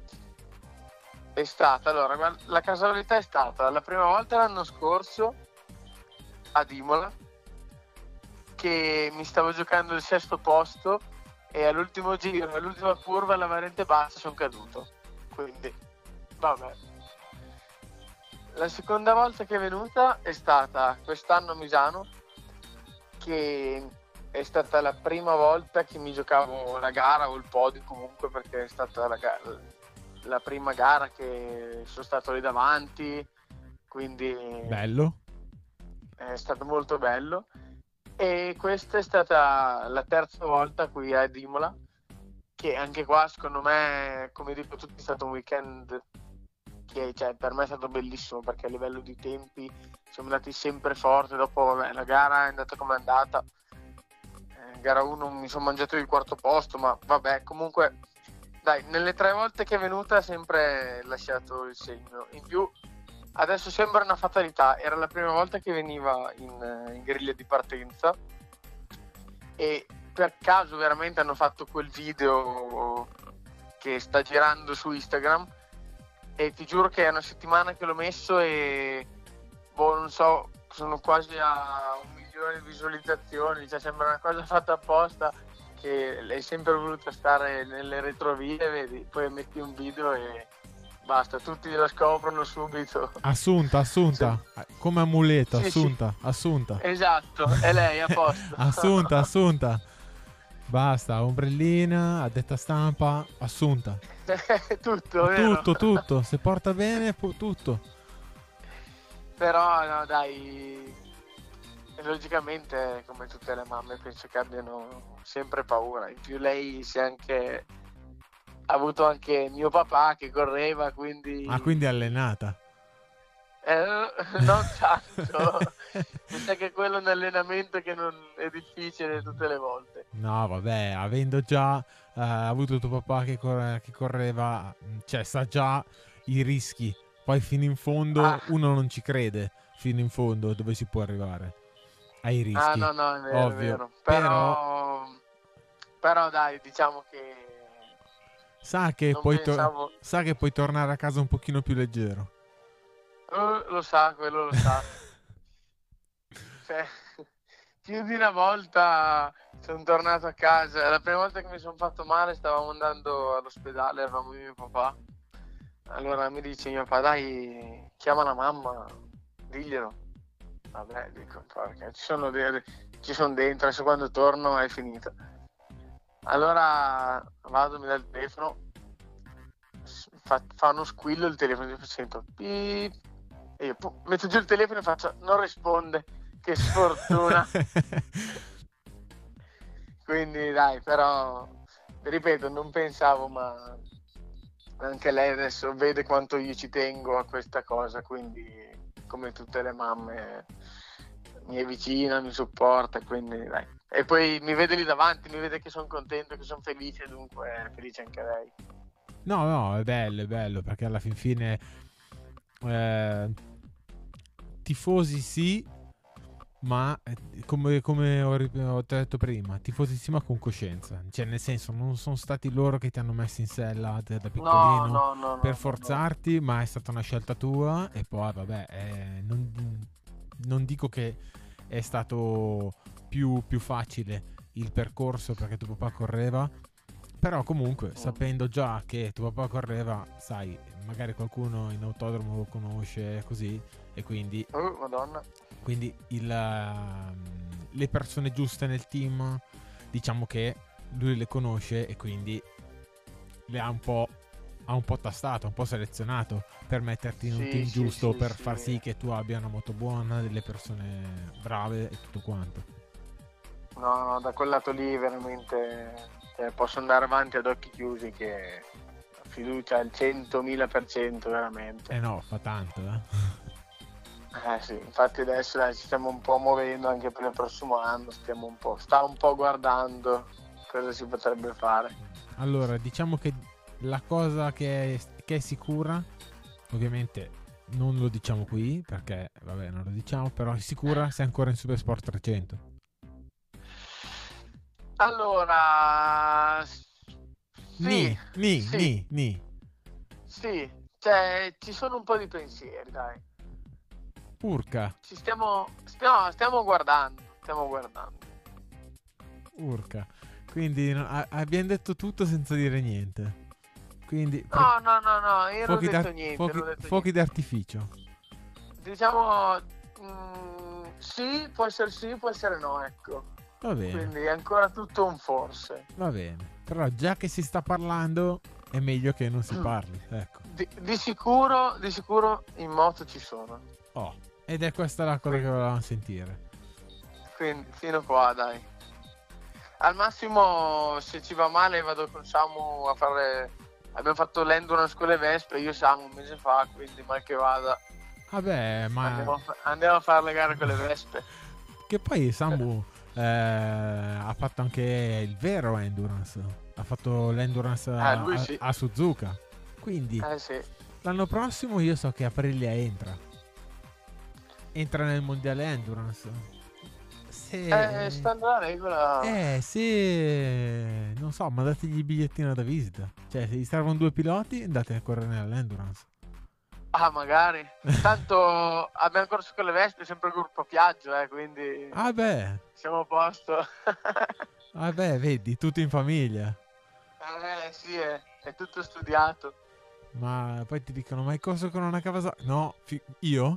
È stata, allora, guarda, la casualità è stata la prima volta l'anno scorso ad Imola, che mi stavo giocando il sesto posto e all'ultimo giro, all'ultima curva, alla variante bassa sono caduto. Quindi, vabbè. La seconda volta che è venuta è stata quest'anno a Misano, che è stata la prima volta che mi giocavo la gara o il podio comunque, perché è stata la, ga- la prima gara che sono stato lì davanti, quindi bello. è stato molto bello. E questa è stata la terza volta qui ad Imola, che anche qua secondo me, come dico tutti, è stato un weekend che cioè, per me è stato bellissimo, perché a livello di tempi siamo andati sempre forte. Dopo vabbè, la gara è andata come è andata, eh, gara uno mi sono mangiato il quarto posto, ma vabbè, comunque dai, nelle tre volte che è venuta ha sempre lasciato il segno. In più adesso sembra una fatalità, era la prima volta che veniva in, in griglia di partenza e per caso veramente hanno fatto quel video che sta girando su Instagram, e ti giuro che è una settimana che l'ho messo e boh, non so, sono quasi a un milione di visualizzazioni, cioè sembra una cosa fatta apposta, che è sempre voluta stare nelle retrovie, vedi, poi metti un video e basta, tutti la scoprono subito. Assunta, Assunta, come amuleto, Sì, sì, Assunta, Assunta. esatto, è lei a posto. Assunta, Assunta. Basta, ombrellina, addetta stampa, Assunta. Tutto, vero? Tutto, tutto, se porta bene, pu- tutto. Però no, dai, logicamente come tutte le mamme penso che abbiano sempre paura. In più lei si è anche ha avuto anche mio papà che correva, Ah, quindi quindi è allenata. eh, non tanto. Mi sa che quello è un allenamento che non è difficile tutte le volte. No, vabbè, avendo già eh, avuto tuo papà che, cor- che correva, cioè sa già i rischi. Poi fino in Ah, fondo uno non ci crede, fino in fondo dove si può arrivare. Ai ah rischi, no, no, è vero, è ovvio. vero. Però Però, però dai, diciamo che sa che non puoi, to- pensavo. sa che puoi tornare a casa un pochino più leggero. Eh, lo sa, quello lo sa. Cioè, più di una volta sono tornato a casa. La prima volta che mi sono fatto male stavamo andando all'ospedale, eravamo io e mio papà. Allora mi dice mio papà, dai, chiama la mamma, diglielo. Vabbè, dico, perché ci sono, de- ci sono dentro, adesso quando torno è finita. Allora vado, mi dà il telefono, fa, fa uno squillo il telefono, io sento pip, e io pum, metto giù il telefono e faccio, non risponde, che sfortuna. Quindi dai, però, ripeto, non pensavo, ma anche lei adesso vede quanto io ci tengo a questa cosa, quindi come tutte le mamme mi è vicina, mi supporta, quindi dai. E poi mi vede lì davanti, mi vede che sono contento, che sono felice, dunque è felice anche lei. No, no, è bello, è bello, perché alla fin fine eh, tifosi sì, ma eh, come, come ho, rip- ho detto prima, tifosi sì ma con coscienza. Cioè, nel senso, non sono stati loro che ti hanno messo in sella da, da No, piccolino no, no, per no, no, no. forzarti, ma è stata una scelta tua e poi, vabbè, eh, non, non dico che è stato più, più facile il percorso perché tuo papà correva, però comunque sapendo già che tuo papà correva, sai, magari qualcuno in autodromo lo conosce così e quindi Oh, Madonna. quindi il, ehm, le persone giuste nel team, diciamo che lui le conosce e quindi le ha un po', ha un po' tastato, un po' selezionato per metterti in un Sì, team sì, giusto, sì, per sì. far sì che tu abbia una moto buona, delle persone brave e tutto quanto. No, no, da quel lato lì veramente cioè, posso andare avanti ad occhi chiusi che fiducia al centomila per cento veramente. Eh no, fa tanto, eh. Eh sì, infatti adesso dai, ci stiamo un po' muovendo anche per il prossimo anno, stiamo un po', sta un po' guardando cosa si potrebbe fare. Allora, diciamo che la cosa che è, che è sicura, ovviamente non lo diciamo qui perché, vabbè, non lo diciamo, però è sicura se è ancora in Supersport trecento. Allora, sì, Ni, ni, sì, ni, ni. sì, cioè ci sono un po' di pensieri, dai. Urca, Ci stiamo, stiamo, stiamo guardando, stiamo guardando. urca. Quindi no, a- abbiamo detto tutto senza dire niente. Quindi pre- No, no, no, no, io non ho fuochi, detto d'ar- niente, fuochi, non ho detto fuochi niente. d'artificio. Diciamo, mm, sì, può essere sì, può essere no, ecco. Va bene, Quindi è ancora tutto un forse. va bene. Però già che si sta parlando è meglio che non si parli, ecco. Di, di sicuro, di sicuro in moto ci sono. Oh, ed è questa la cosa che Quindi, volevamo sentire. quindi fino qua, dai. Al massimo, se ci va male, vado con Samu a fare. Abbiamo fatto l'endurance con le Vespe, io e Samu un mese fa, quindi mal che vada. Vabbè, ma Andiamo a, fa- andiamo a fare le gare con le Vespe. che poi Samu eh, ha fatto anche il vero endurance. Ha fatto l'endurance Eh, a, lui a- sì. a Suzuka. Quindi Eh sì. l'anno prossimo io so che Aprilia entra. Entra nel mondiale endurance. Se Eh, stando la regola. Eh, se non so, mandategli il bigliettino da visita. Cioè, se gli servono due piloti, andate a correre nell'endurance. Ah, magari. Tanto abbiamo corso con le Vespe, sempre il gruppo Piaggio, eh, quindi Ah beh, siamo a posto. ah beh, vedi, tutto in famiglia. Eh sì, è, è tutto studiato. Ma poi ti dicono, ma hai corso con una Kawasaki? No, fi- io?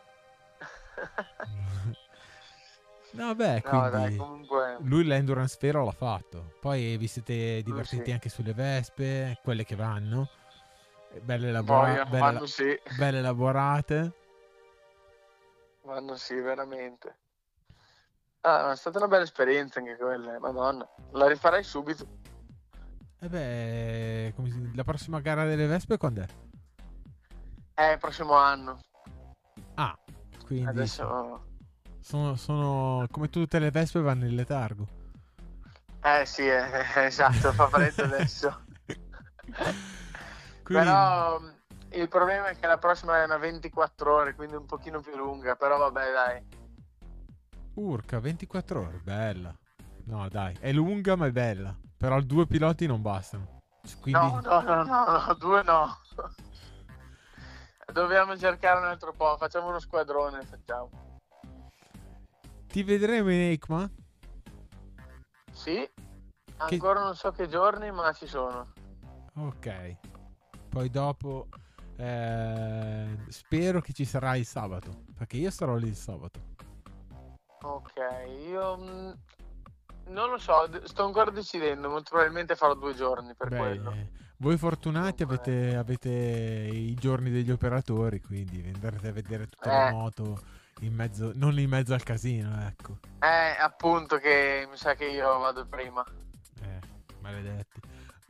No, beh, No, dai, quindi comunque. lui l'endurance vero l'ha fatto. Poi vi siete Lui divertiti sì. anche sulle Vespe, quelle che vanno. Belle, elabora- Boia, belle, vanno sì. belle elaborate. Vanno sì, veramente. Ah, è stata una bella esperienza anche quella, eh, Madonna. La rifarei subito. E beh, come si- la prossima gara delle Vespe quando è? Eh, prossimo anno. Ah, quindi sì. Adesso. sono, sono come tutte le Vespe vanno in letargo. Eh sì, eh, esatto, fa freddo adesso. Quindi, Però mh, il problema è che la prossima è una ventiquattro ore, quindi un pochino più lunga, però vabbè, dai. urca, ventiquattro ore, bella. No, dai, è lunga ma è bella. Però due piloti non bastano. Quindi, No, no, no, no, no, due no. Dobbiamo cercare un altro po', facciamo uno squadrone, facciamo. ti vedremo in EICMA? Sì, ancora non so che giorni, ma ci sono. Ok. Poi dopo eh, spero che ci sarà il sabato, perché io sarò lì il sabato. Ok, io mh, non lo so, d- sto ancora decidendo, molto probabilmente farò due giorni per Beh, quello. eh, voi fortunati Dunque, avete, avete i giorni degli operatori, quindi andrete a vedere tutte le eh, moto in mezzo, non in mezzo al casino, ecco. eh, appunto che mi sa che io vado prima. Eh, maledetti.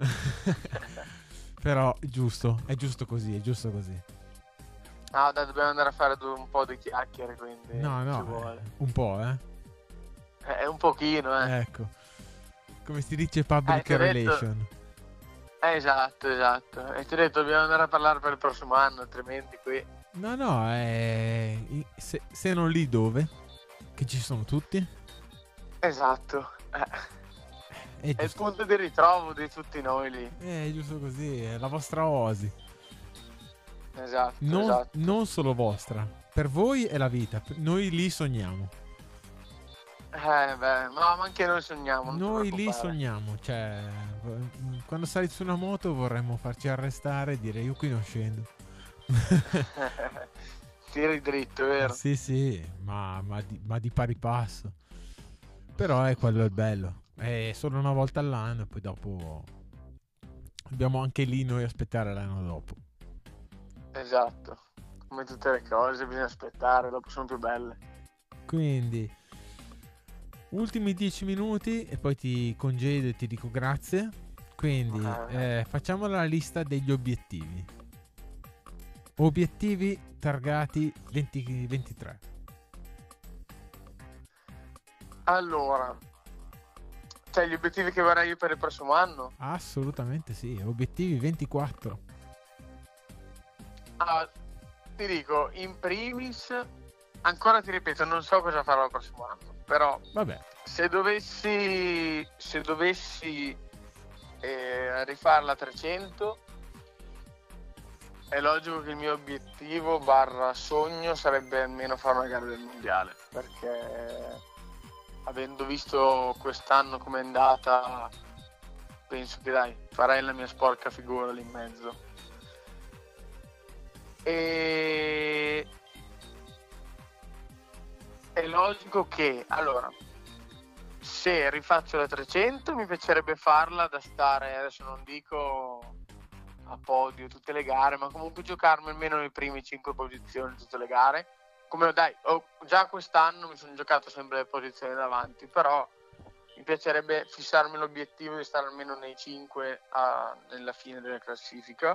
Però è giusto, è giusto così, è giusto così. No, dai, dobbiamo andare a fare due- un po' di chiacchiere, quindi No, ci no, vuole. eh, un po', eh. Eh, un pochino, eh. Ecco. Come si dice Eh, public ti ho detto- relation. Eh, esatto, esatto. E ti ho detto, dobbiamo andare a parlare per il prossimo anno, altrimenti qui. No, no, eh, se, se non lì dove? Che ci sono tutti? Esatto. Eh, È È il giusto, punto di ritrovo di tutti noi lì. è giusto così, è la vostra oasi. Esatto, Non, esatto. non solo vostra. Per voi è la vita, per- noi lì sogniamo. Eh, beh, no, ma anche noi sogniamo. non ti Noi lì preoccupare. sogniamo, cioè, v- quando sali su una moto vorremmo farci arrestare e dire io qui non scendo. Tiri dritto, vero? Sì, sì, ma, ma di, ma di pari passo. Però è quello il bello. È solo una volta all'anno e poi dopo dobbiamo anche lì noi aspettare l'anno dopo. Esatto, come tutte le cose bisogna aspettare, dopo sono più belle. Quindi ultimi dieci minuti e poi ti congedo e ti dico grazie. Quindi eh, facciamo la lista degli obiettivi. Obiettivi targati venti ventitré. Allora, cioè gli obiettivi che vorrei io per il prossimo anno? Assolutamente sì. Obiettivi ventiquattro. Ah, ti dico, in primis, ancora ti ripeto, non so cosa farò il prossimo anno, però Vabbè. se dovessi se dovessi eh, rifarla a trecento, è logico che il mio obiettivo barra sogno sarebbe almeno fare una gara del mondiale, perché avendo visto quest'anno com'è andata, penso che dai, farei la mia sporca figura lì in mezzo. E è logico che, allora, se rifaccio la trecento mi piacerebbe farla da stare, adesso non dico a podio tutte le gare, ma comunque giocarmi almeno nei primi cinque posizioni tutte le gare. Come dai, oh, già quest'anno mi sono giocato sempre le posizioni davanti, però mi piacerebbe fissarmi l'obiettivo di stare almeno nei cinque a, nella fine della classifica.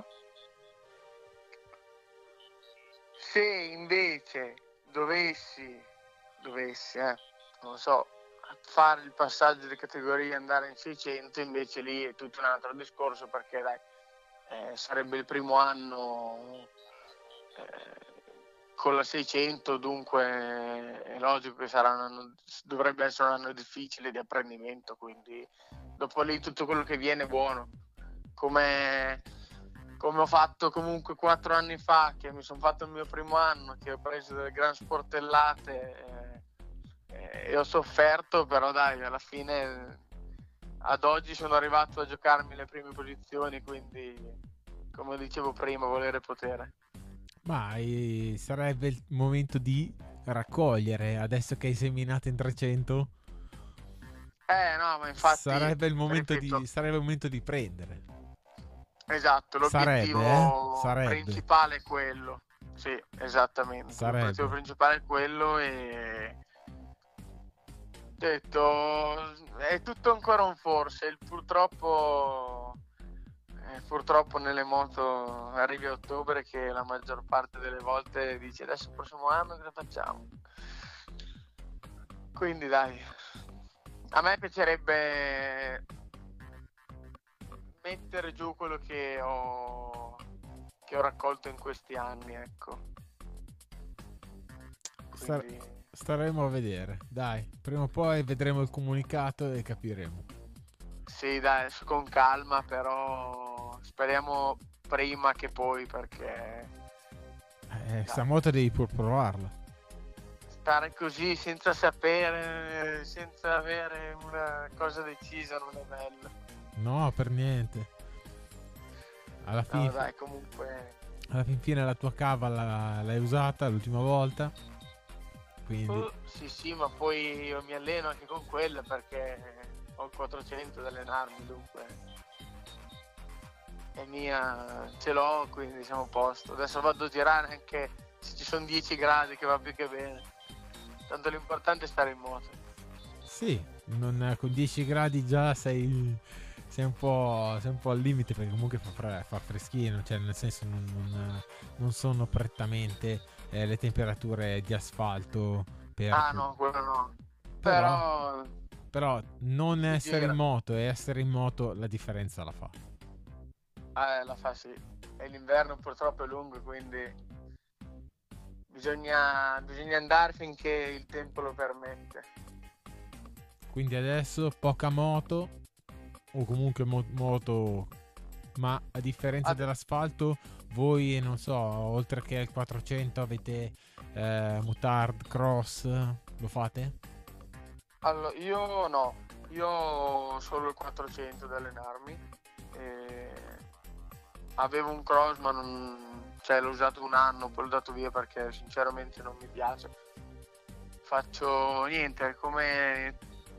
Se invece dovessi, dovessi, eh, non so, fare il passaggio di categoria e andare in seicento, invece lì è tutto un altro discorso, perché dai, eh, sarebbe il primo anno eh, con la seicento, dunque è logico che sarà un anno, dovrebbe essere un anno difficile di apprendimento, quindi dopo lì tutto quello che viene è buono. Come, come ho fatto comunque quattro anni fa, che mi sono fatto il mio primo anno, che ho preso delle gran sportellate eh, e ho sofferto, però dai, alla fine ad oggi sono arrivato a giocarmi le prime posizioni, quindi come dicevo prima, volere potere. Ma eh, sarebbe il momento di raccogliere, adesso che hai seminato in trecento. Eh no, ma infatti sarebbe il momento ripeto, di sarebbe il momento di prendere. Esatto, l'obiettivo Sarebbe, eh? Sarebbe. principale è quello. Sì, esattamente. Sarebbe. L'obiettivo principale è quello e detto è tutto ancora un forse. Il purtroppo eh, purtroppo nelle moto arrivi a ottobre che la maggior parte delle volte dici adesso il prossimo anno cosa facciamo? Quindi dai, a me piacerebbe mettere giù quello che ho che ho raccolto in questi anni, ecco. Quindi... staremo a vedere, dai, prima o poi vedremo il comunicato e capiremo. Sì, dai, con calma, però speriamo prima che poi, perché eh, sta moto devi pur provarla. Stare così senza sapere, senza avere una cosa decisa non è bello. No, per niente. Alla fine, no, dai, comunque alla fin fine la tua cava la, l'hai usata l'ultima volta, quindi uh, sì sì, ma poi io mi alleno anche con quella perché ho il quattrocento da allenarmi, dunque è mia, ce l'ho, quindi siamo a posto. Adesso vado a girare anche se ci sono dieci gradi, che va più che bene, tanto l'importante è stare in moto. Sì, non, con dieci gradi già sei sei un po', sei un po' al limite, perché comunque fa, fre- fa freschino, cioè nel senso non, non, non sono prettamente eh, le temperature di asfalto per... Ah no, quello no. Però, Però, però non essere gira. in moto e essere in moto la differenza la fa. Eh, la fa sì. E l'inverno purtroppo è lungo, quindi bisogna, bisogna andare finché il tempo lo permette. Quindi adesso poca moto, o comunque mo- moto, ma a differenza Ad... dell'asfalto voi, non so, oltre che il quattrocento avete eh, motard, cross, lo fate? Allora, io no, io ho solo il quattrocento da allenarmi e avevo un cross ma non, cioè l'ho usato un anno, poi l'ho dato via perché sinceramente non mi piace. Faccio niente, come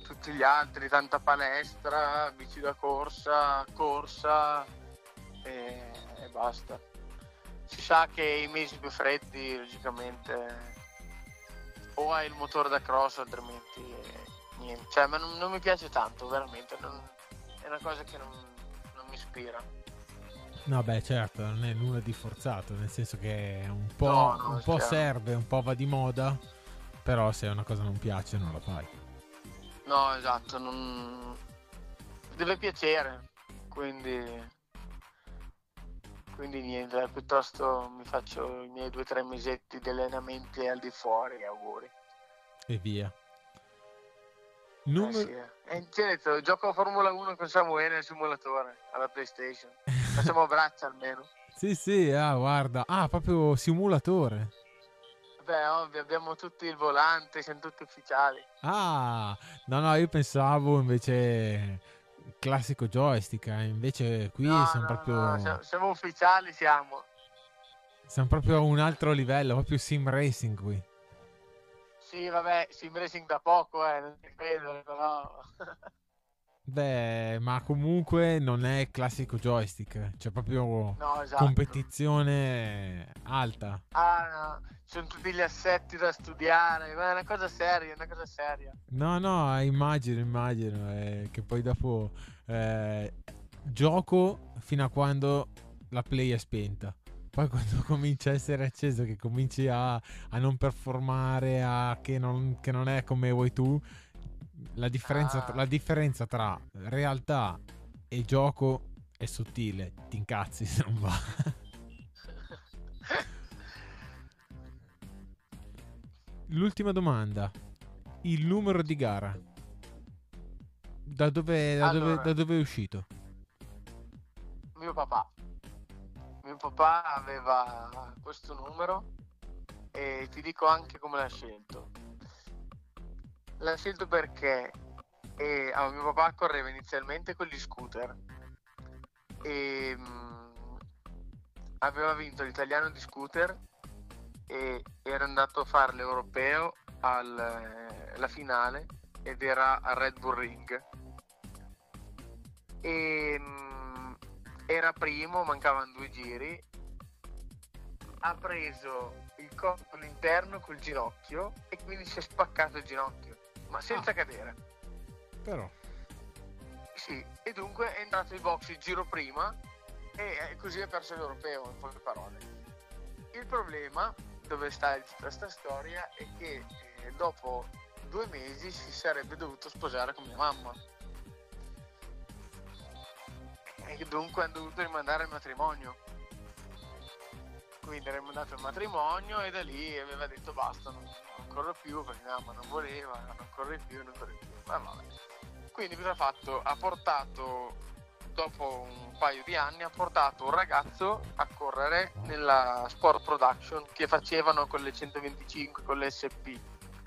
tutti gli altri, tanta palestra, bici da corsa, corsa e, e basta. Si sa che i mesi più freddi, logicamente, o hai il motore da cross, altrimenti niente. Cioè, ma non, non mi piace tanto, veramente. Non, è una cosa che non, non mi ispira. No, beh, certo, non è nulla di forzato, nel senso che un po', No, no, un po' chiaro. serve, un po' va di moda, però se una cosa non piace non la fai. No, esatto, non deve piacere, quindi quindi niente, piuttosto mi faccio i miei due o tre mesetti di allenamenti al di fuori, auguri. E via. Eh Numero... sì, eh. E ti ho detto, gioco a Formula uno con Samuele nel simulatore alla PlayStation. Facciamo a braccia almeno. Sì, sì, ah, guarda. Ah, proprio simulatore. Beh, ovvio, abbiamo tutti il volante, siamo tutti ufficiali. Ah, no, no, io pensavo invece classico joystick, eh, invece qui No, siamo no, no, proprio siamo, siamo ufficiali, siamo. siamo proprio a un altro livello, proprio sim racing qui. Sì, vabbè, sim racing da poco, eh, non ti credo, però... Beh, ma comunque non è classico joystick, c'è proprio No, esatto. competizione alta. Ah, no, sono tutti gli assetti da studiare, ma è una cosa seria, è una cosa seria. No, no, immagino, immagino, eh, che poi dopo eh, gioco fino a quando la play è spenta. Poi quando comincia a essere acceso, che cominci a, a non performare, a che non, che non è come vuoi tu, la differenza, Ah, la differenza tra realtà e gioco è sottile. Ti incazzi se non va. L'ultima domanda. Il numero di gara. Da dove, da dove, da allora, dove è uscito? mio papà. Mio papà aveva questo numero e ti dico anche come l'ha scelto. L'ha scelto perché eh, ah, mio papà correva inizialmente con gli scooter e mh, aveva vinto l'italiano di scooter e era andato a fare l'europeo alla finale ed era al Red Bull Ring e mh, era primo, mancavano due giri, ha preso il colpo all'interno col ginocchio e quindi si è spaccato il ginocchio, ma senza Ah. cadere. Però. Sì, e dunque è entrato in box il giro prima e così ha perso l'europeo, in poche parole. Il problema, dove sta il questa storia, è che eh, dopo due mesi si sarebbe dovuto sposare con mia mamma. E dunque hanno dovuto rimandare il matrimonio. Quindi era rimandato il matrimonio e da lì aveva detto basta, non, non corro più perché mia mamma non voleva, non corri più, non corri più. Ma vabbè. Quindi cosa ha fatto? Ha portato, dopo un paio di anni, ha portato un ragazzo a correre nella Sport Production che facevano con le centoventicinque, con le S P.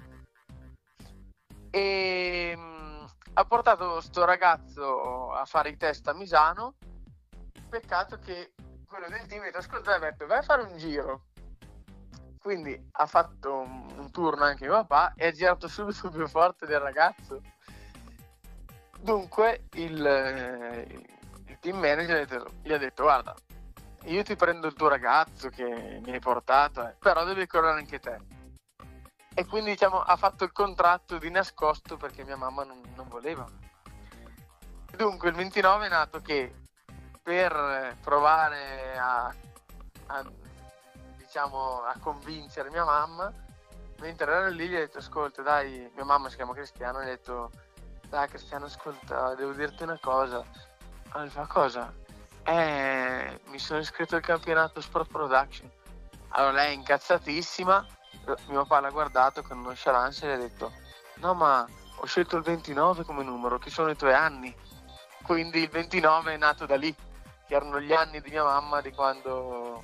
E mh, ha portato sto ragazzo a fare i test a Misano. Peccato che quello del team ha detto ascolta, ha detto vai a fare un giro. Quindi ha fatto un, un turno anche mio papà e ha girato subito più forte del ragazzo. Dunque il, eh, il team manager gli ha, detto, gli ha detto guarda, io ti prendo il tuo ragazzo che mi hai portato, eh, però devi correre anche te. E quindi diciamo ha fatto il contratto di nascosto perché mia mamma non, non voleva. Dunque il ventinove è nato che per provare a, a diciamo a convincere mia mamma, mentre ero lì gli ho detto ascolta dai, mia mamma si chiama Cristiano, gli ho detto dai Cristiano ascolta, devo dirti una cosa. Allora fa cosa? Eh, mi sono iscritto al campionato Sport Production. Allora lei è incazzatissima, mio papà l'ha guardato con nonchalance e gli ha detto no ma ho scelto il ventinove come numero, che sono i tuoi anni. Quindi il ventinove è nato da lì, che erano gli anni di mia mamma, di quando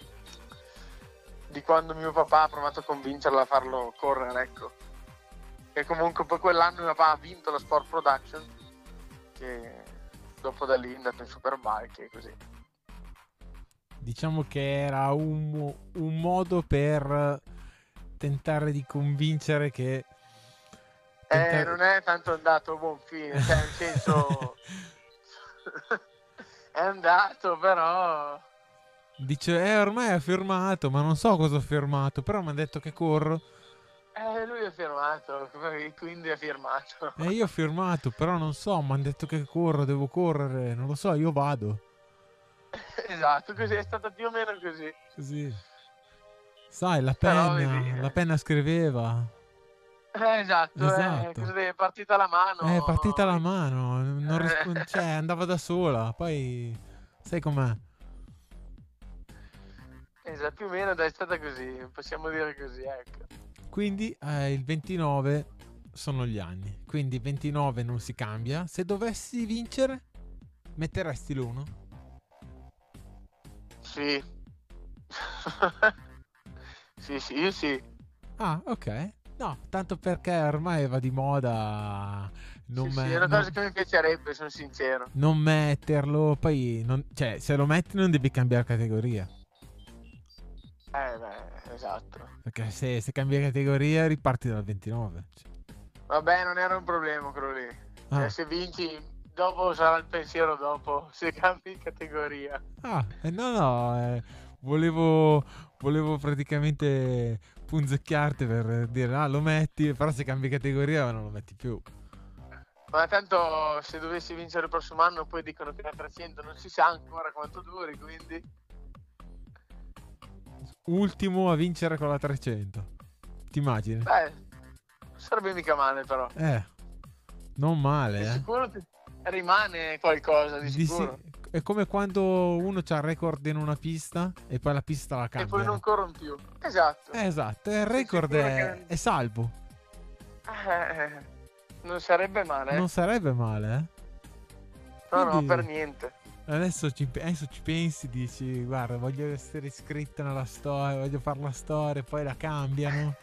di quando mio papà ha provato a convincerla a farlo correre, ecco. E comunque poi quell'anno mio papà ha vinto la Sport Production, che dopo da lì è andato in Superbike e così. Diciamo che era un, un modo per tentare di convincere che Eh, non è tanto andato a buon fine, cioè nel senso è andato, però Dice, eh, ormai ha firmato, ma non so cosa ha firmato, però mi ha detto che corro. eh, lui ha firmato, quindi ha firmato. E io ho firmato, però non so, mi hanno detto che corro, devo correre, non lo so, io vado. Esatto, così è stata più o meno così. Così. Sai, la Però vedi, penna, la penna scriveva. eh, esatto, eh, Esatto. così è partita la È partita la mano. mano, non risponde, cioè Eh, andava da sola, poi sai com'è. esatto, più o meno dai, è stata così, possiamo dire così, ecco. Quindi eh, il ventinove sono gli anni, quindi ventinove non si cambia. Se dovessi vincere, metteresti l'uno? Sì. Sì, sì, io sì. Ah, ok. No, tanto perché ormai va di moda non, Sì, sì, è me- una cosa non- che mi piacerebbe, sono sincero. non metterlo, poi non- cioè se lo metti non devi cambiare categoria. Eh, beh, esatto. Perché se, se cambi categoria riparti dal ventinove. Cioè. Vabbè, non era un problema quello lì. Cioè, Ah, se vinci, dopo sarà il pensiero dopo, se cambi categoria. ah, eh, no, no, eh, volevo, volevo praticamente punzecchiarti per dire, ah, lo metti, però se cambi categoria non lo metti più. Ma tanto se dovessi vincere il prossimo anno, poi dicono che la trecento non si sa ancora quanto duri, quindi... Ultimo a vincere con la trecento. Ti immagini? Beh, non sarebbe mica male però. Eh, non male, Di eh. sicuro ti- rimane qualcosa, di Di sì- sicuro. è come quando uno c'ha il record in una pista e poi la pista la E poi non cambiano. corrono più. Esatto. Eh, esatto, il Sei record sicuro è, che... è salvo. Eh, non sarebbe male, Non eh? sarebbe male, eh. No, no, Quindi per niente. adesso ci, adesso ci pensi, dici, guarda, voglio essere iscritto nella storia, voglio fare la storia, poi la cambiano.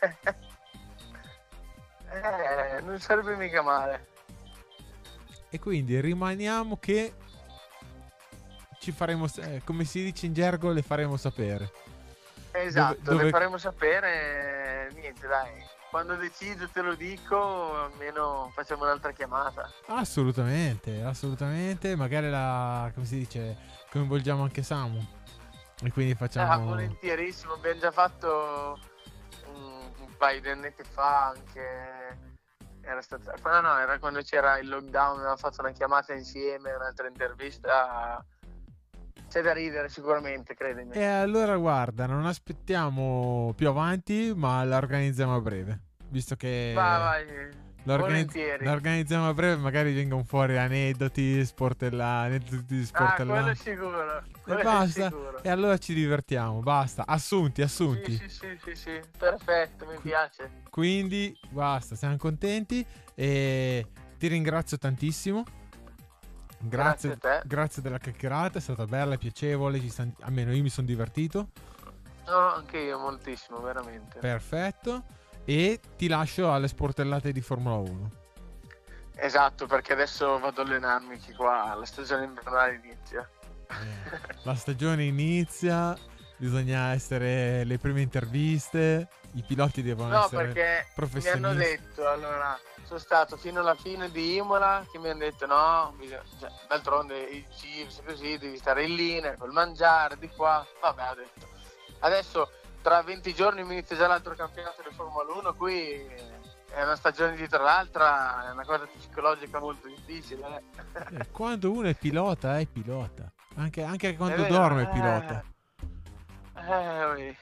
Eh, non sarebbe mica male. E quindi rimaniamo che ci faremo, eh, come si dice in gergo, le faremo sapere. Esatto, Dove, dove- le faremo sapere. Niente, dai. Quando decido te lo dico, almeno facciamo un'altra chiamata. Assolutamente, assolutamente. Magari la, come si dice, coinvolgiamo anche Samu. E quindi Ah, facciamo... volentierissimo, abbiamo già fatto un, un paio di anni fa anche. Era stata. No, no, era quando c'era il lockdown, avevamo fatto una chiamata insieme, un'altra intervista. C'è da ridere sicuramente, credimi. E allora guarda, non aspettiamo più avanti, ma la organizziamo a breve. Visto che Vai, vai, la, organizz- volentieri. la organizziamo a breve, magari vengono fuori aneddoti, sportella, aneddoti di Ah, sportella. quello sicuro. E Quello basta. sicuro. E allora ci divertiamo, basta. Assunti, assunti. Sì, sì, sì, sì, sì. Perfetto, mi piace. Quindi basta, siamo contenti e ti ringrazio tantissimo. Grazie Grazie, a te. grazie della chiacchierata, è stata bella, piacevole, ci san- almeno io mi sono divertito. No, anche io moltissimo, veramente. Perfetto. E ti lascio alle sportellate di Formula uno. Esatto, perché adesso vado a allenarmi che qua la stagione invernale inizia. Eh, la stagione inizia, bisogna essere le prime interviste, i piloti devono No, essere perché mi hanno professionisti. detto, allora, sono stato fino alla fine di Imola, che mi hanno detto no, bisogna- cioè, d'altronde i chips così, devi stare in linea, col mangiare, di qua. Vabbè, ho detto. Adesso tra venti giorni mi inizia già l'altro campionato di Formula uno, qui è una stagione dietro l'altra, è una cosa psicologica molto difficile. Eh. Eh, quando uno è pilota, è pilota. Anche, anche quando È vero, dorme è eh. pilota. Eh, ui.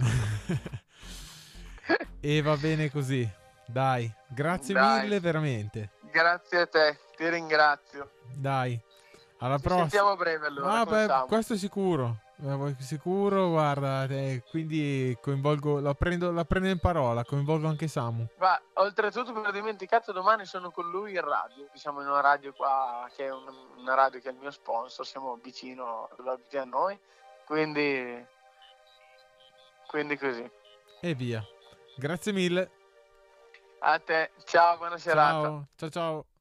E va bene così. Dai, grazie Dai. mille veramente. Grazie a te, ti ringrazio. Dai, alla Ci prossima. sentiamo a breve allora. Ah, con beh, Samu. questo è sicuro. Eh, Sicuro, guarda, eh, quindi coinvolgo, la prendo, la prendo in parola, coinvolgo anche Samu. Ma oltretutto, per dimenticato, domani sono con lui in radio. Siamo in una radio qua, che è un- una radio che è il mio sponsor. Siamo vicino dove abita a noi. Quindi, quindi così. E via. Grazie mille. A te, ciao, buona serata. Ciao, ciao, ciao.